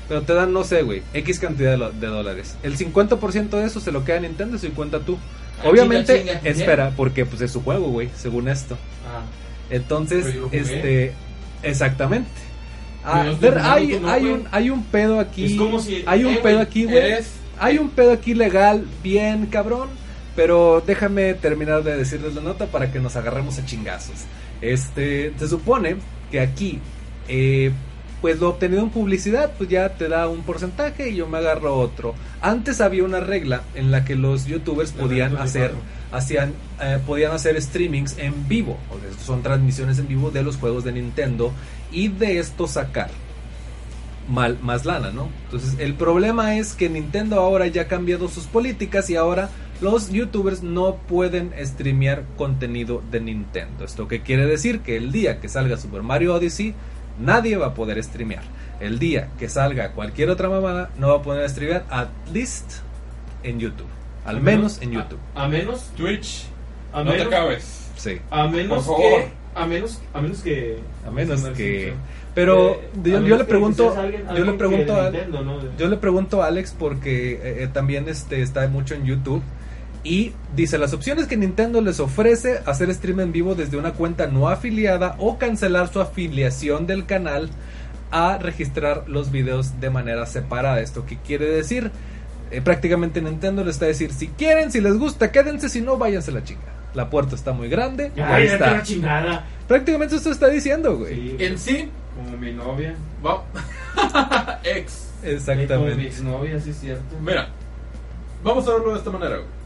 pero te dan, no sé, güey, X cantidad de dólares. El 50% de eso se lo queda Nintendo y 50 tú. Obviamente, chinga, espera, porque pues es su juego, güey, según esto. Ah. Entonces, Pero yo lo jugué. Exactamente. Pero yo estoy jugando, tú no, güey. Hay un pedo aquí. Es como si- hay un pedo aquí, güey. eres- Hay un pedo aquí legal, bien cabrón. Pero déjame terminar de decirles la nota para que nos agarremos a chingazos. Se supone que aquí, pues lo obtenido en publicidad, pues ya te da un porcentaje y yo me agarro otro. Antes había una regla en la que los youtubers podían hacer streamings en vivo, o sea, son transmisiones en vivo de los juegos de Nintendo y de esto sacar más lana, ¿no? Entonces el problema es que Nintendo ahora ya ha cambiado sus políticas y ahora los youtubers no pueden streamear contenido de Nintendo. ¿Esto qué quiere decir? Que el día que salga Super Mario Odyssey nadie va a poder streamear. El día que salga cualquier otra mamada no va a poder streamear, at least en YouTube. Al menos en YouTube. A menos, Twitch, a no te menos, acabes. Sí. a menos Por favor. que, a menos que, A menos que... Pero yo le pregunto, yo le pregunto a Alex porque también está mucho en YouTube y dice las opciones que Nintendo les ofrece: hacer stream en vivo desde una cuenta no afiliada o cancelar su afiliación del canal a registrar los videos de manera separada. ¿Esto qué quiere decir? Prácticamente Nintendo le está a decir: si quieren, si les gusta, quédense, si no, váyanse a la chinga. La puerta está muy grande. Ya, Ahí ya está. la chingada. Prácticamente esto está diciendo, güey. Sí, En sí, como mi novia. va. Ex. Como mi Exactamente. exnovia, sí es cierto. Mira, vamos a verlo de esta manera, güey.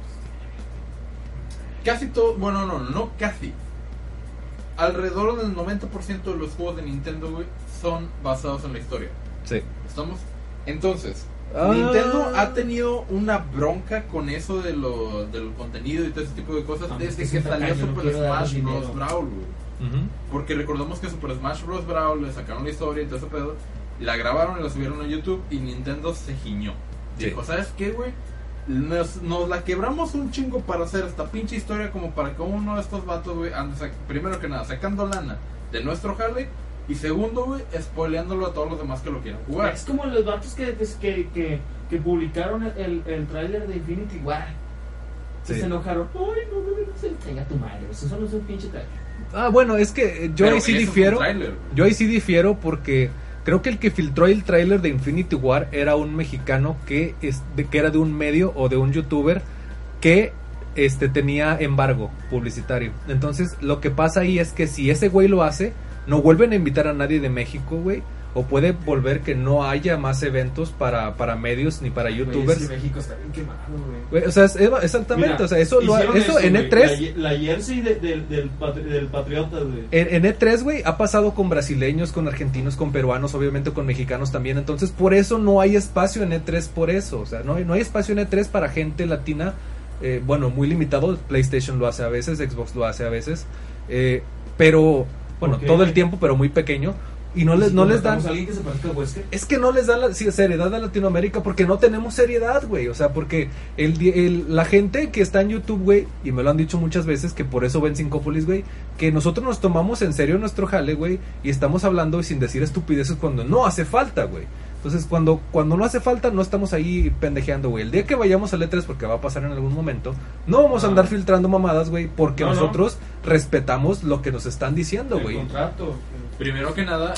Casi todo, bueno, no casi. Alrededor del 90% de los juegos de Nintendo, güey, son basados en la historia. Sí. ¿Estamos? Entonces, Ah. Nintendo ha tenido una bronca con eso del contenido y todo ese tipo de cosas No, desde es que que siempre salió acá yo no Super quiero dar Smash dinero. Bros. Brawl, güey. Ujú. Porque recordamos que Super Smash Bros. Brawl le sacaron la historia y todo ese pedo, la grabaron y la subieron a YouTube y Nintendo se giñó. Sí. Dijo, ¿sabes qué, güey? Nos la quebramos un chingo para hacer esta pinche historia como para que uno de estos vatos, güey, ande primero que nada sacando lana de nuestro jale y segundo, güey, spoileándolo a todos los demás que lo quieran jugar. Es como los vatos que publicaron el tráiler de Infinity War. Que Sí. se enojaron. Ay, no me se tenga tu madre. Eso no es un pinche trailer. Ah, bueno, es que yo Pero ahí sí eso fue un difiero. tráiler, güey. Yo ahí sí difiero porque creo que el que filtró el tráiler de Infinity War era un mexicano que era de un medio o de un youtuber que tenía embargo publicitario. Entonces, lo que pasa ahí es que si ese güey lo hace, no vuelven a invitar a nadie de México, güey. O puede volver que no haya más eventos para medios ni para youtubers. Güey, México está bien quemado, güey. Güey, o sea, exactamente, Mira, o sea, eso hicieron en güey. E3 La jersey del Patriota, güey. En E3, güey, ha pasado con brasileños, con argentinos, con peruanos, obviamente con mexicanos también. Entonces, por eso no hay espacio en E3, por eso. O sea, no hay espacio en E3 para gente latina. Bueno, muy limitado. PlayStation lo hace a veces, Xbox lo hace a veces. Pero, bueno, ¿Por qué, todo el güey? tiempo, pero muy pequeño. Y no les dan... ¿A alguien que se parezca a Wesker? Es que no les dan la seriedad a Latinoamérica porque no tenemos seriedad, güey. O sea, porque la gente que está en YouTube, güey, y me lo han dicho muchas veces, que por eso ven Sincópolis, güey, que nosotros nos tomamos en serio nuestro jale, güey, y estamos hablando y sin decir estupideces cuando no hace falta, güey. Entonces, cuando no hace falta, no estamos ahí pendejeando, güey. El día que vayamos al E3, porque va a pasar en algún momento, no vamos a andar filtrando mamadas, güey, porque No, no. nosotros respetamos lo que nos están diciendo, El güey. contrato. Primero que nada,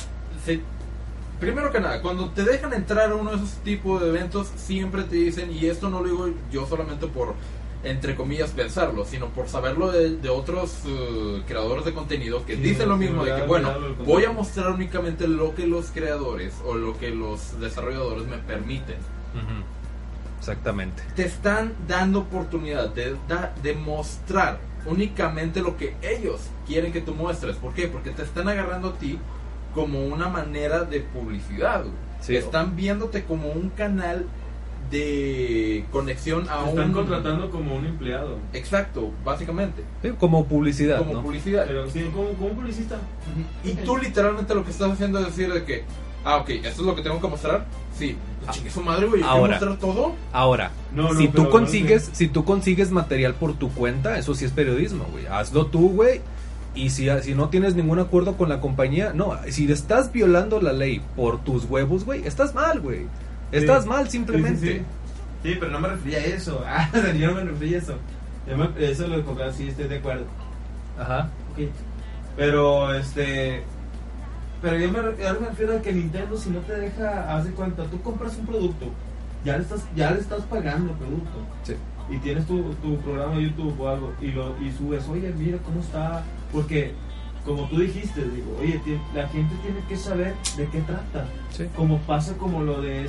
cuando te dejan entrar a uno de esos tipos de eventos, siempre te dicen, y esto no lo digo yo solamente por, entre comillas, pensarlo, sino por saberlo de otros creadores de contenido que Sí, dicen lo sí, mismo, de que ya, bueno, ya lo conté. voy a mostrar únicamente lo que los creadores o lo que los desarrolladores me permiten. Ujú. Exactamente. Te están dando oportunidad de mostrar únicamente lo que ellos quieren que tú muestres. ¿Por qué? Porque te están agarrando a ti como una manera de publicidad, güey. Sí. Están viéndote como un canal de conexión a Te están un... contratando como un empleado. Exacto, básicamente. Sí, como publicidad, Como ¿no? publicidad. Pero sí, como un publicista. Y tú literalmente lo que estás haciendo es decir de que, ok, esto es lo que tengo que mostrar. Sí, pues chingue su madre, güey, yo quiero Ahora. mostrar todo. Ahora, No, no, si pero tú consigues material por tu cuenta, eso sí es periodismo, güey. Hazlo tú, güey. Y si no tienes ningún acuerdo con la compañía, no, si estás violando la ley por tus huevos, güey, estás mal, güey. Estás mal simplemente. Sí, pero no me refería a eso. Yo no me refería a eso. Eso lo compré, sí, estoy de acuerdo. Ajá. Ok. Pero pero yo me refiero a que Nintendo, si no te deja, haz de cuenta, tú compras un producto, ya le estás pagando el producto. Sí. Y tienes tu programa de YouTube o algo y subes, oye, mira cómo está, porque como tú dijiste, digo, oye, la gente tiene que saber de qué trata. Sí. Como pasa como lo de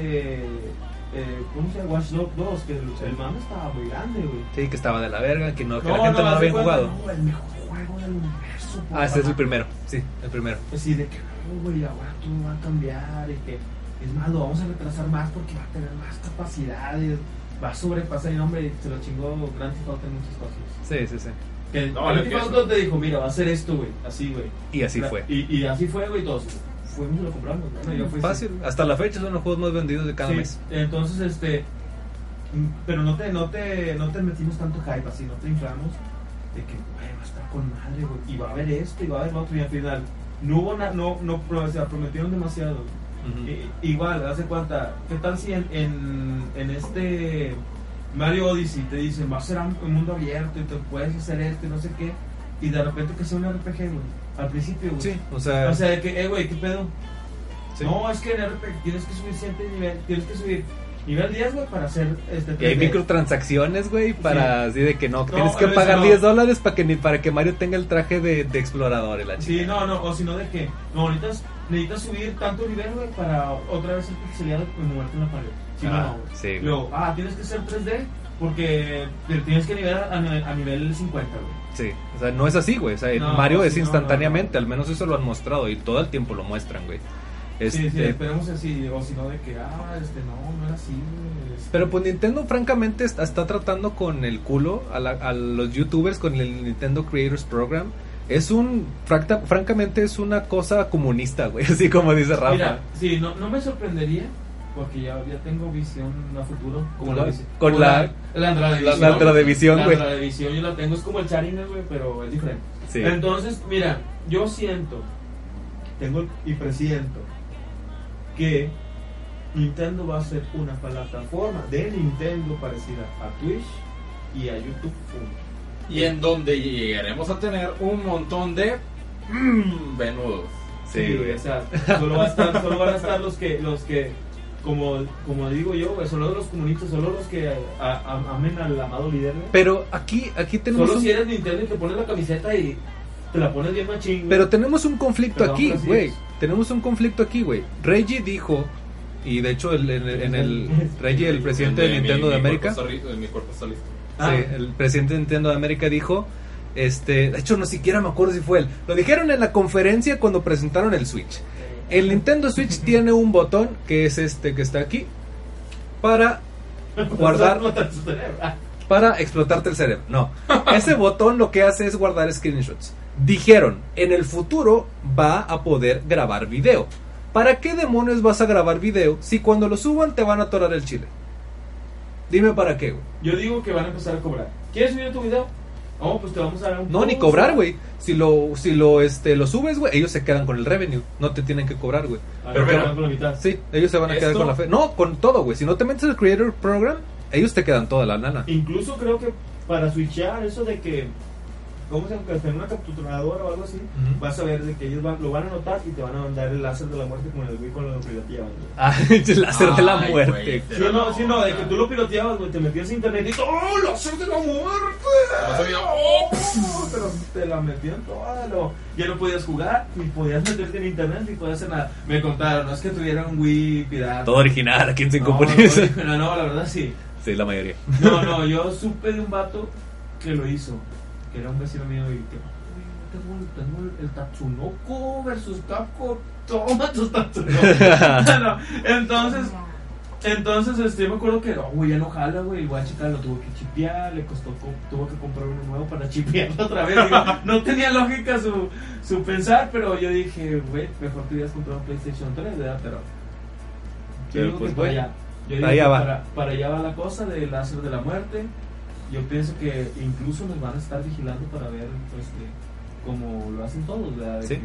¿cómo se llama? Watch Dogs 2, que el mame estaba muy grande, güey. Sí, que estaba de la verga, que la gente no lo había jugado. No, el mejor juego del universo. Ese es el primero, sí, el primero. Así de que, no, güey, ahora todo va a cambiar y que, es más, lo vamos a retrasar más porque va a tener más capacidades, va a sobrepasar el nombre y se lo chingó Grand Theft Auto en muchas cosas. Sí. Que No, Grand le Theft pienso. Auto te dijo, mira, va a hacer esto, güey, así, güey. Y así fue. Y así fue, güey, todos fuimos y lo compramos, ¿no? Yo fui Fácil, hasta la fecha son los juegos más vendidos de cada sí, mes. entonces, pero no te metimos tanto hype así, no te inflamos de que, güey, va a estar con madre, güey, y va a haber esto, y va a haber lo otro, y al final, no hubo o sea, prometieron demasiado. Ujú. Igual, hace cuenta, ¿qué tal si en este Mario Odyssey te dicen, va a ser un mundo abierto y te puedes hacer esto y no sé qué, y de repente que sea un RPG, güey, al principio, güey. Sí, o sea, de que, güey, ¿qué pedo? sí. No, es que en RPG tienes que subir cierto nivel, tienes que subir nivel 10, güey, para hacer Y hay 3D. microtransacciones, güey, para así de que no, No, tienes que pero pagar eso no. $10 para que Mario tenga el traje de explorador y la Sí, chica. no, o sino de que, no, necesitas subir tanto nivel, güey, para otra vez ser pixelado y moverte en la pared. Sí, Ah, no, güey. sí, güey. Luego, tienes que ser 3D porque tienes que nivelar a nivel 50, güey. Sí, o sea, no es así, güey. O sea, No, Mario es sí, no, instantáneamente, no. al menos eso lo han mostrado y todo el tiempo lo muestran, güey. Sí, esperemos así, o si no de que, no era así, güey. Pero pues Nintendo francamente está tratando con el culo a los youtubers con el Nintendo Creators Program. Es francamente es una cosa comunista, güey, así como dice Rafa. Mira, sí, no me sorprendería porque ya tengo visión a futuro. Como la visión. Con Como la Andradevisión. la Andradevisión, güey. La Andradevisión yo la tengo, es como el Sharingan, güey, pero es diferente. Sí. Entonces, mira, yo presiento que Nintendo va a ser una plataforma de Nintendo parecida a Twitch y a YouTube. Y en donde llegaremos a tener un montón de venudos. Sí, güey. O sea, solo van a estar los que como digo yo, güey, solo los comunistas, solo los que amen al amado líder, güey. Pero aquí tenemos Solo si eres Nintendo y te pones la camiseta y te la pones bien machín, güey. Pero tenemos un conflicto Perdón, aquí, pero así güey. es. Tenemos un conflicto aquí, güey. Reggie dijo, y de hecho Reggie, el presidente de Nintendo de América, Mi cuerpo está listo. sí, el presidente de Nintendo de América dijo, de hecho no siquiera me acuerdo si fue él. Lo dijeron en la conferencia cuando presentaron el Switch. El Nintendo Switch tiene un botón que es que está aquí para guardar, para explotarte el cerebro. No, ese botón lo que hace es guardar screenshots. Dijeron, en el futuro va a poder grabar video. ¿Para qué demonios vas a grabar video si cuando lo suban te van a atorar el chile? Dime para qué, güey. Yo digo que van a empezar a cobrar. ¿Quieres subir tu video? No, pues te vamos a dar un... No, ni cobrar, güey. Si lo subes, güey, ellos se quedan con el revenue. No te tienen que cobrar, güey. Pero Pero con la mitad. sí, ellos se van a quedar ¿Esto? con la fe. No, con todo, güey. Si no te metes al Creator Program, ellos te quedan toda la lana. Incluso creo que para switchear eso de que, ¿cómo se llama? Que tener una capturadora o algo así, Ujú. vas a ver de que ellos lo van a notar y te van a mandar el láser de la muerte como en el Wii cuando lo piloteaban, güey. Ah, el láser de la Ay, muerte. güey. Sí, no, de que tú lo piloteabas, güey, te metías a internet y ¡oh, láser de la muerte! No sabía. Pero te la metían toda, ya no podías jugar, ni podías meterte en internet, ni podías hacer nada. Me contaron, no es que tuviera un Wii pirata. Todo original, aquí en Cinco No, Pones. no, la verdad sí. Sí, la mayoría. No, yo supe de un vato que lo hizo, que era un vecino mío y que, uy, tengo el Tatsunoko versus Capcom, toma tus Tatsunoko. No, entonces, yo me acuerdo que, güey, ya no jala, güey, el guachica lo tuvo que chipear, tuvo que comprar uno nuevo para chipearlo otra vez. Digo, no tenía lógica su pensar, pero yo dije, güey, mejor te hubieras comprado un PlayStation 3, ¿verdad? Pero yo digo pues, que para bueno, allá. Yo digo allá que va. para allá va la cosa del láser de la muerte. Yo pienso que incluso nos van a estar vigilando para ver como lo hacen todos, ¿verdad? Sí.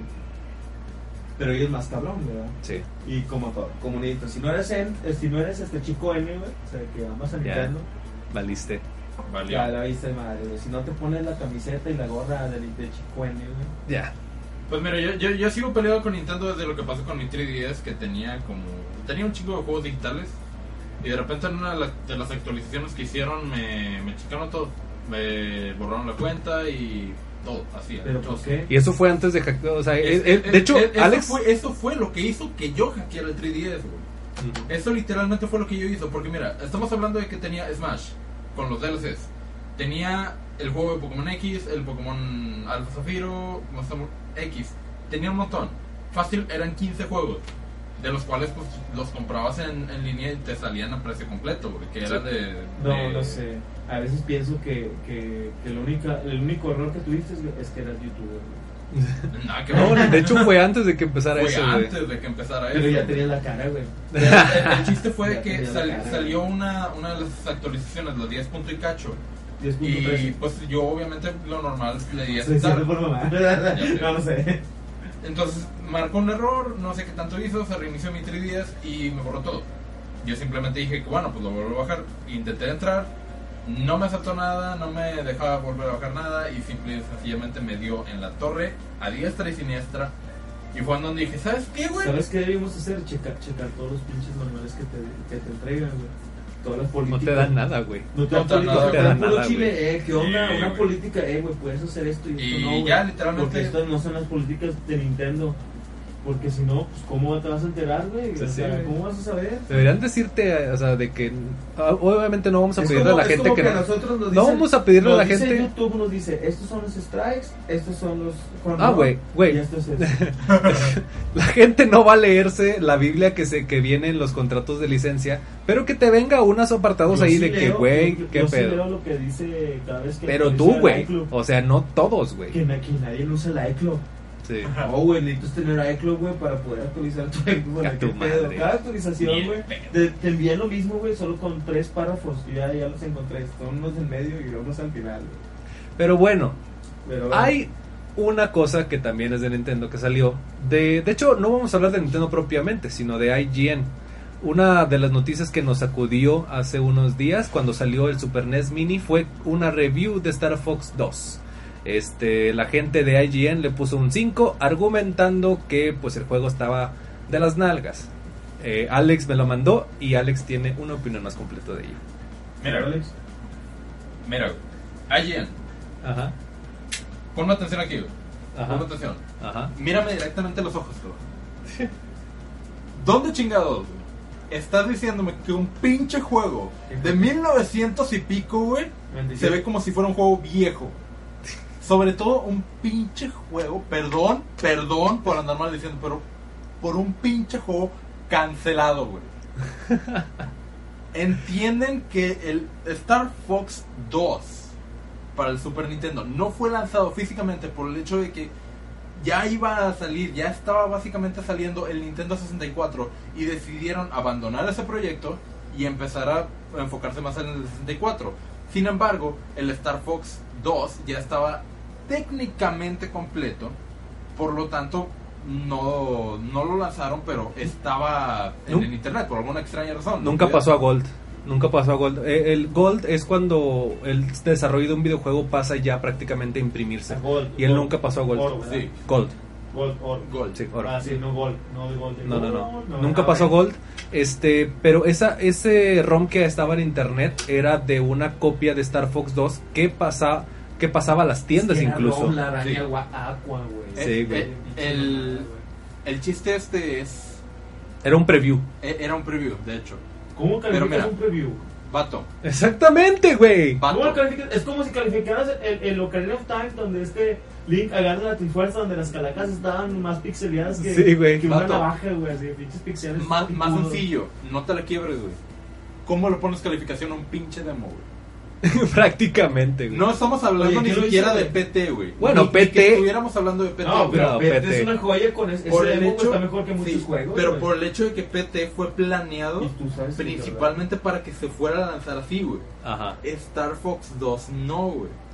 Pero ellos más cabrón, ¿verdad? Sí. Y como todo, comunista. Si no eres este chico N, güey, o sea, que amas a Ya. Nintendo, Valiste. Valió. ya la viste madre, güey. Si no te pones la camiseta y la gorra de chico N, güey. Ya. Pues mira, yo sigo peleado con Nintendo desde lo que pasó con mi 3DS, que tenía un chingo de juegos digitales. Y de repente en una de las actualizaciones que hicieron me checaron todo. Me borraron la cuenta y todo, así. ¿Pero por qué? Y eso fue antes de hackear. O sea, de hecho, Alex. Eso fue lo que hizo que yo hackeara el 3DS, güey. Ujú. Eso literalmente fue lo que yo hice. Porque mira, estamos hablando de que tenía Smash con los DLCs. Tenía el juego de Pokémon X, el Pokémon Alpha Zafiro, Pokémon X. Tenía un montón. Fácil, eran 15 juegos. De los cuales pues los comprabas en línea y te salían a precio completo, güey. Que era No sé. A veces pienso que el único error que tuviste es que eras youtuber, güey. Nada que No, ver. de hecho fue antes de que empezara Fue eso, güey. antes de que empezara Pero eso. ya tenías la cara, güey. El chiste fue Ya que tenía la cara. salió una de las actualizaciones, los 10 punto y cacho. 10.13. Y pues yo obviamente lo normal le di a Estoy aceptar. diciendo por mamá. sé. No lo sé. Entonces marcó un error, no sé qué tanto hizo, se reinició mi 3DS y me borró todo. Yo simplemente dije que bueno, pues lo vuelvo a bajar. Intenté entrar, no me aceptó nada, no me dejaba volver a bajar nada y simple y sencillamente me dio en la torre a diestra y siniestra. Y fue en donde dije, ¿sabes qué, güey? ¿Sabes qué debimos hacer? Checar todos los pinches manuales que te entregan, güey. Todas las No políticas. te dan nada, güey. No te dan No te dan políticas, nada, te dan güey. puro chile, ¿qué onda? Sí, Una güey. política, güey, puedes hacer esto y esto Y no, güey. ya, literalmente- Porque estas no son las políticas de Nintendo. Porque si no, pues ¿cómo te vas a enterar, güey? Sí, O sí, sea, güey. ¿cómo vas a saber? Deberían decirte, o sea, de que obviamente no vamos a Es pedirle como- a la es gente como que no. nosotros nos No dicen- vamos a pedirle a la nos dice gente. YouTube nos dice, estos son los strikes, estos son los... Ah, güey, güey. Y esto es esto. La gente no va a leerse la Biblia que viene en los contratos de licencia, pero que te venga unos apartados Yo ahí sí de que, leo- güey, yo qué sí pedo. leo lo que dice cada vez que Pero actualiza tú, el güey. iCloud. O sea, no todos, güey. Que nadie usa el iCloud. Sí. Oh, güey, necesitas tener iCloud, güey, para poder actualizar tu iCloud. A ¿Qué tu pedo? madre. Cada actualización, Bien güey, pedo. te envían lo mismo, güey, solo con 3 párrafos. Y ya los encontré. Son unos en medio y unos al final, güey. Pero bueno, Pero, hay una cosa que también es de Nintendo que salió. De hecho, no vamos a hablar de Nintendo propiamente, sino de IGN. Una de las noticias que nos sacudió hace unos días cuando salió el Super NES Mini fue una review de Star Fox 2. La gente de IGN le puso un 5 argumentando que pues el juego estaba de las nalgas. Alex me lo mandó y Alex tiene una opinión más completa de ello. Mira, güey. Alex, Mira, güey. IGN, Ajá, ponme atención aquí, güey. Ponme ajá, atención. ajá. Mírame directamente a los ojos, güey. ¿Dónde chingados, güey? Estás diciéndome que un pinche juego de 1900 y pico, güey, se ve como si fuera un juego viejo. Sobre todo un pinche juego, perdón por andar mal diciendo, pero por un pinche juego cancelado, güey. Entienden que el Star Fox 2 para el Super Nintendo no fue lanzado físicamente por el hecho de que ya iba a salir, ya estaba básicamente saliendo el Nintendo 64 y decidieron abandonar ese proyecto y empezar a enfocarse más en el 64. Sin embargo, el Star Fox 2 ya estaba técnicamente completo, por lo tanto no lo lanzaron, pero estaba en No. el internet por alguna extraña razón. Nunca pasó a Gold. Nunca pasó a Gold. El Gold es cuando el desarrollo de un videojuego pasa ya prácticamente a imprimirse. a Gold, Y él Gold, nunca pasó a Gold. Oro, ¿verdad? Sí. Gold. Gold, oro. Gold. Sí, oro. Ah, sí, no Gold, no de Gold. No. Nunca pasó a Gold. Pero ese ROM que estaba en internet era de una copia de Star Fox 2 que pasaba a las tiendas incluso. La araña Sí. Aqua, güey. Sí, güey. El chiste es Era un preview. era un preview, de hecho. ¿Cómo Pero calificas mira. un preview? Vato, Exactamente, güey. ¿Cómo lo vato. calificas? Es como si calificaras el Ocarina of Time, donde Link agarra la trifuerza, donde las calacas estaban más pixeleadas que, Sí, güey. que una Vato. navaja, güey, así, pinches pixeles. Más picudos. sencillo, no te la quiebres, güey. ¿Cómo le pones calificación a un pinche demo, güey? Prácticamente, güey. No estamos hablando Oye, ni ¿qué lo siquiera hizo, de güey? PT, güey. Bueno, Ni PT que estuviéramos hablando de PT. No, pero No, PT PT. es una joya con ese por el demo, hecho, está mejor que muchos sí, juegos. pero güey. por el hecho de que PT fue planeado Y tú sabes que, principalmente para que se fuera a lanzar así, güey. Ajá. Star Fox 2 no, güey.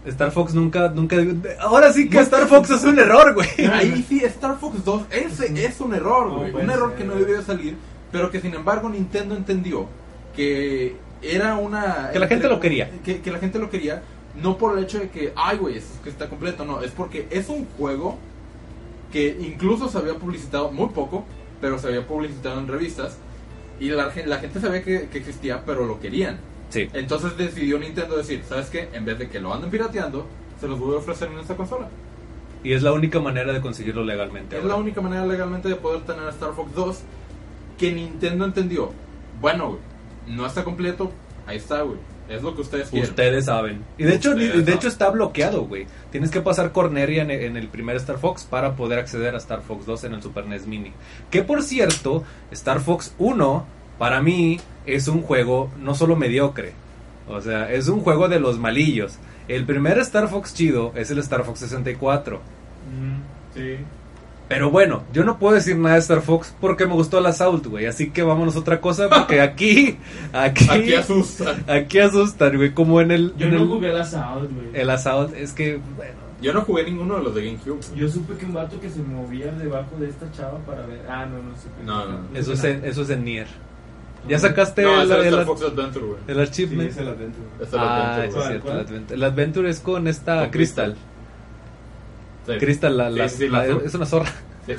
Star Fox nunca... Ahora sí que Star Fox es un error, güey. Ahí sí, Star Fox 2, ese es un error, No güey. puede Un error ser, que no güey. debió de salir, pero que sin embargo Nintendo entendió que era una... Que la gente lo quería. Que la gente lo quería, no por el hecho de que, ay, güey, es que está completo, no. Es porque es un juego que incluso se había publicitado muy poco, pero se había publicitado en revistas. Y la gente sabía que existía, pero lo querían. Sí. Entonces decidió Nintendo decir, ¿sabes qué? En vez de que lo anden pirateando, se los voy a ofrecer en esta consola. Y es la única manera de conseguirlo legalmente. Es ahora. la única manera legalmente de poder tener Star Fox 2 que Nintendo entendió. Bueno, güey, no está completo, ahí está, güey. Es lo que ustedes quieren. Ustedes saben. Y de hecho, Ustedes saben. está bloqueado, güey. Tienes que pasar Corneria en el primer Star Fox para poder acceder a Star Fox 2 en el Super NES Mini. Que por cierto, Star Fox 1, para mí, es un juego no solo mediocre. O sea, es un juego de los malillos. El primer Star Fox chido es el Star Fox 64. Sí. Pero bueno, yo no puedo decir nada de Star Fox porque me gustó el Assault, güey. Así que vámonos a otra cosa porque aquí Aquí asustan. aquí asustan, güey. Como en el... Yo en no el- jugué las Assault, güey. El Assault es que, bueno, Yo no jugué ninguno de los de GameCube. Yo supe que un vato que se movía debajo de esta chava para ver. Ah, no supe. No. eso es en Nier. ¿Ya sacaste No, ese era el Star Fox Adventure, güey. el Sí, achievement? es el Adventure. Es el Ah, Adventure, sí, es güey. cierto, ¿Cuál? el Adventure. El Adventure es con esta Con Crystal. Sí. Crystal, Sí, la zorra. es una zorra. Sí.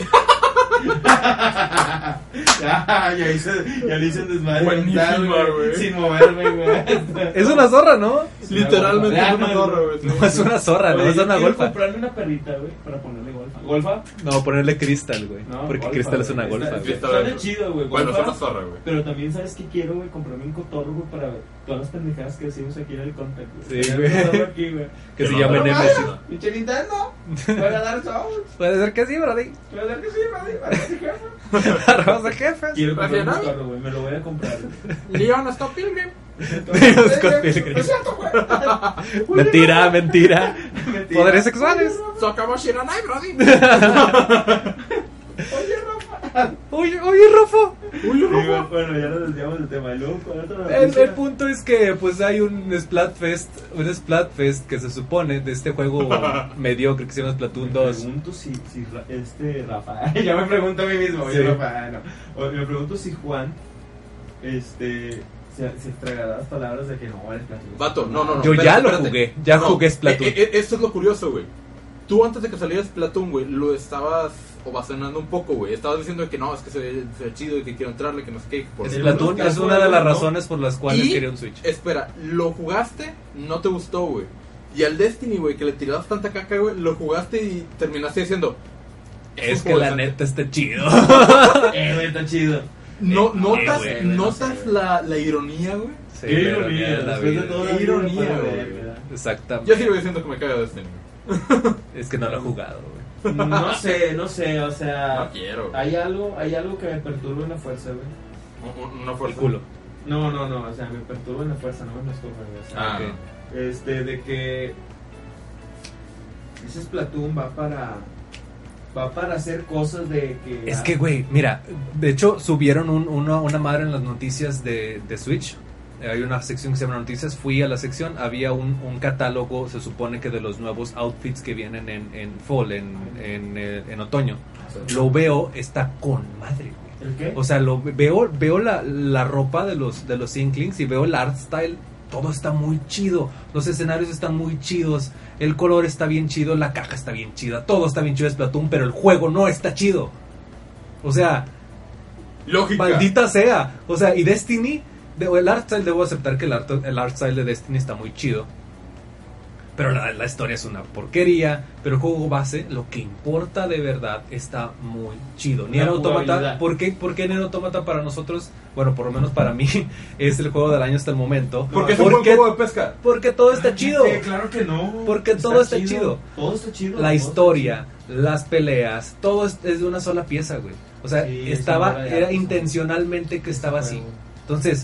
Ya le hice un desmadre. Buenísima, mental, güey. Sin moverme, güey. Es una zorra, ¿no? Literalmente Ah, es una no, zorra, güey. sí. No es una zorra, no Oye, es yo una quiero golfa. comprarle una perrita, güey, para ponerle golfa. ¿Golfa? No, ponerle Crystal, güey. No, Porque golfa, Crystal es güey. una golfa, Está- güey. Está Suena bien. chido, güey. Bueno, es golfa. una zorra, güey. Pero también, ¿sabes qué quiero, güey? Comprarme un cotorro, güey, para ver todas las pendejadas que decimos aquí en el contact, güey. Sí, Tener un güey. cotorro aquí, güey. Que se No, llame no, Nemesis. Pinche Nintendo. Voy a dar Souls. Puede ser que sí, brody. Voy a dar que sí, madre. Para que jefe. Arroz de jefes. Quiero comprarme un Racional. cotorro, güey. Me lo voy a comprar, güey. Leon está Pilgrim. Scott Pilgrim. No es cierto, güey. Mentira, mentira. Mentira. Poderes sexuales. Socavo Shiranai, brody. Oye, Rafa. Oye, Rafa. Uy, Sí, rojo. güey, bueno, ya nos desviamos del tema. Y luego, con otra El noticia. punto es que pues hay un Splatfest que se supone de este juego mediocre que se llama Splatoon Me 2. pregunto si Rafa, ya me pregunto a mí mismo, oye, Sí. Rafa, no. O me pregunto si Juan, se tragará las palabras de que no, eres Splatoon. Vato, no. Yo espérate, ya lo espérate. jugué, ya jugué Splatoon. Esto es lo curioso, güey. Tú antes de que saliera Splatoon, güey, lo estabas ovacionando un poco, güey. Estabas diciendo que no, es que se ve chido y que quiero entrarle, que no sé qué. Por Splatoon es una de las razones por las cuales Y- quería un Switch. Espera, lo jugaste, no te gustó, güey. Y al Destiny, güey, que le tirabas tanta caca, güey, lo jugaste y terminaste diciendo... Es un que juego la decente. neta está chido. Güey, está chido. Notas, güey, notas la ironía, güey. Sí, Qué pero ironía, ya la después de vida. todo. Qué ironía, güey. Exactamente. Yo sigo diciendo que me caga Destiny. Es que no lo he jugado, güey. No sé, o sea, No quiero. hay algo que me perturba en la fuerza, güey. Una El fuerza. culo. No, o sea, me perturba en la fuerza, no me masturba, güey. O sea, Ah, ok. de que ese Splatoon va para hacer cosas de que Es que, güey, mira, de hecho subieron una madre en las noticias de Switch. Hay una sección que se llama Noticias. Fui a la sección, había un catálogo, se supone que de los nuevos outfits que vienen en fall, en otoño. Lo veo, está con madre, güey. ¿El qué? O sea, veo la ropa de los Inklings y veo el art style. Todo está muy chido. Los escenarios están muy chidos. El color está bien chido. La caja está bien chida. Todo está bien chido de Splatoon. Pero el juego no está chido. O sea, lógica. maldita sea. O sea, y Destiny, el art style, debo aceptar que el art style de Destiny está muy chido. Pero la historia es una porquería. Pero el juego base, lo que importa de verdad, está muy chido. Nier Automata, jugabilidad. ¿por qué Nier Automata para nosotros, bueno, por lo menos para mí, es el juego del año hasta el momento? Porque es un buen juego de pesca. Porque todo está chido. Sí, claro que no. Porque todo está chido. Todo está chido. La todo historia, las peleas, todo es de una sola pieza, güey. O sea, Sí, era eso no era intencionalmente que estaba así. juego. Entonces,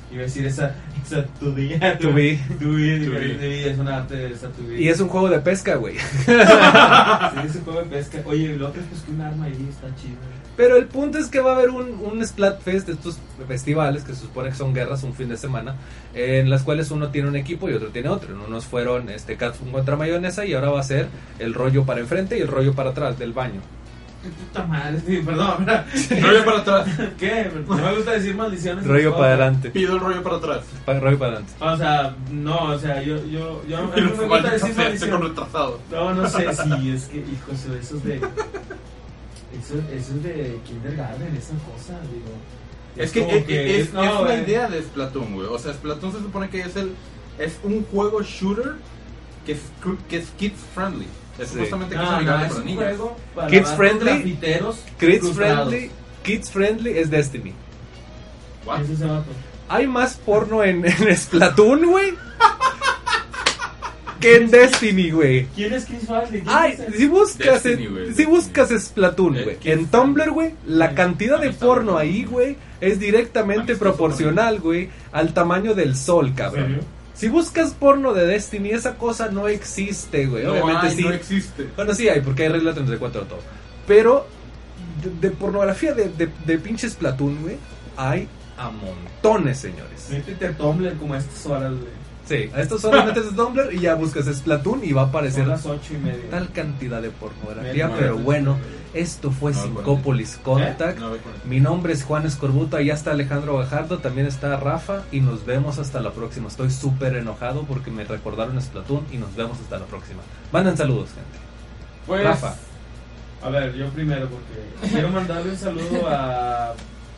Iba a decir esa to be. To be. Es un arte de esa to be. Y es un juego de pesca, güey. Sí, es un juego de pesca. Oye, el otro es pues que un arma ahí está chido. Pero el punto es que va a haber un Splatfest de estos festivales que se supone que son guerras un fin de semana, en las cuales uno tiene un equipo y otro tiene otro. En unos fueron Catsup contra Mayonesa y ahora va a ser el rollo para enfrente y el rollo para atrás del baño. Qué puta madre, sí, perdón. Rollo para atrás. ¿Qué? No me gusta decir maldiciones. Rollo para adelante. Pido el rollo para atrás. Rollo para adelante. O sea, no, o sea, yo no Y me los gusta maldita decir sea, maldiciones. con retrasado. No sé, sí, es que, hijos, eso es de. Eso es de kindergarten, esa cosa, digo. Es que como es no, la idea de Splatoon, güey. O sea, Splatoon se supone que es un juego shooter que es kids friendly. Es Sí. supuestamente que es No, amigable es para un niños. juego para Kids vatos friendly, grafiteros Kids frustrados. friendly es Destiny. What? ¿Qué es ese vato? Hay más porno en Splatoon, güey, que en Destiny, güey. ¿Quién es Chris Friendly? ¿Quién Ay, es ese? si buscas, Destiny, güey, si Destiny. buscas Splatoon, güey, Kids en Tumblr, güey, la cantidad de Ahí está, porno güey. ahí, güey, es directamente Amistoso, proporcional, güey, al tamaño del sol, ¿En cabrón. serio? Si buscas porno de Destiny, esa cosa no existe, güey. No Obviamente hay, sí. no existe. Bueno, sí hay, porque hay regla 34 de todo. Pero de pornografía de pinches Splatoon, güey, hay a montones, señores. Métete a Tumblr como a estas horas, güey. Sí, a estos solo metes en Tumblr y ya buscas Splatoon y va a aparecer Son las 8:30. tal cantidad de pornografía. Neta, Pero neta, bueno, sí. esto fue No, Syncopolis Contact. No, ve con eso. Mi nombre es Juan Escorbuto, allá está Alejandro Gajardo, también está Rafa y nos vemos hasta la próxima. Estoy súper enojado porque me recordaron Splatoon y nos vemos hasta la próxima. Manden saludos, gente. Pues, Rafa. A ver, yo primero, porque quiero mandarle un saludo a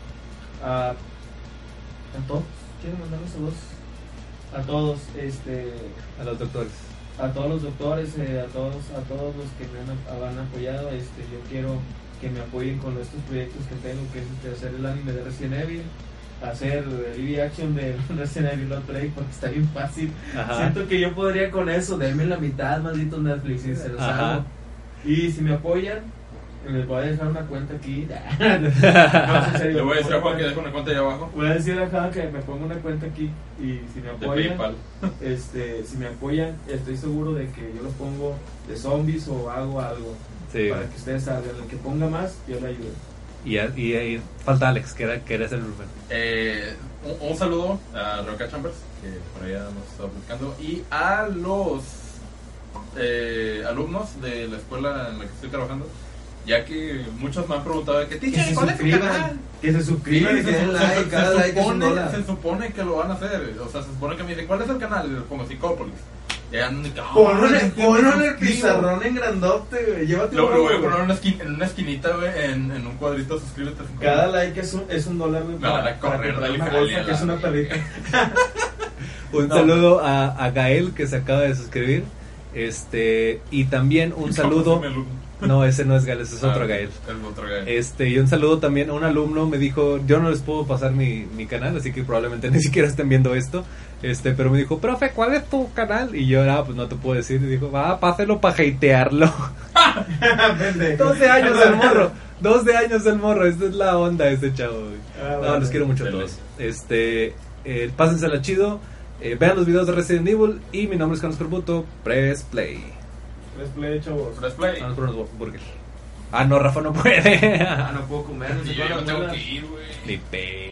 todos. Quiero mandarle saludos a todos, A los doctores. a todos los doctores, a todos los que me han apoyado. Yo quiero que me apoyen con estos proyectos que tengo, que es hacer el anime de Resident Evil, hacer el live action de Resident Evil Outbreak, porque está bien fácil. Ajá. Siento que yo podría con eso, denme la mitad, malditos Netflix, y se los Ajá. hago. Y si me apoyan, les voy a dejar una cuenta aquí. No, en serio, Le voy a decir a Juan que voy deje una cuenta ahí abajo. a decir a Juan que me ponga una cuenta aquí. Y si me De apoyan, PayPal. si me apoyan, estoy seguro de que yo lo pongo de zombies o hago algo. Sí. Para que ustedes salgan. El que ponga más, yo le ayudo. Y falta Alex, que era ser el Rufen. Un saludo a Roca Chambers, que por allá nos está buscando, y a los alumnos de la escuela en la que estoy trabajando, ya que muchos me han preguntado de que Que se suscriban. Que se suscriban y Sí, den like. Cada like es un dólar. se supone que lo van a hacer. O sea, se supone que me dicen, ¿cuál es el canal? Y les pongo Syncopolis. Y ya andan de que, Ponlo en suscribo. el pizarrón en grandote, güey. Llévate Lo uno, voy a güey. poner en una esquinita, güey, en un cuadrito, suscríbete. Cada like es un dólar, güey. Me van a correr comprar del una jale bolsa a que la es una perrita. Un saludo a Gael, que se acaba de suscribir. Y también un saludo. No, ese no es Gael, ese es otro Gael. El otro Gael. Y un saludo también a un alumno. Me dijo, yo no les puedo pasar mi canal, así que probablemente ni siquiera estén viendo esto. Pero me dijo, profe, ¿cuál es tu canal? Y yo, pues no te puedo decir. Y dijo, páselo para hatearlo. 12 años el morro. 12 años el morro. Esta es la onda de este chavo, güey. No, los quiero mucho a todos. Pásensela chido. Vean los videos de Resident Evil. Y mi nombre es Carlos Corbuto. Press play. Press play, chavos. Press play. Vamos por unos burgers. No, Rafa no puede. No puedo comer, no sé Y yo cuál no tengo abuela. que ir, güey. Ni pe.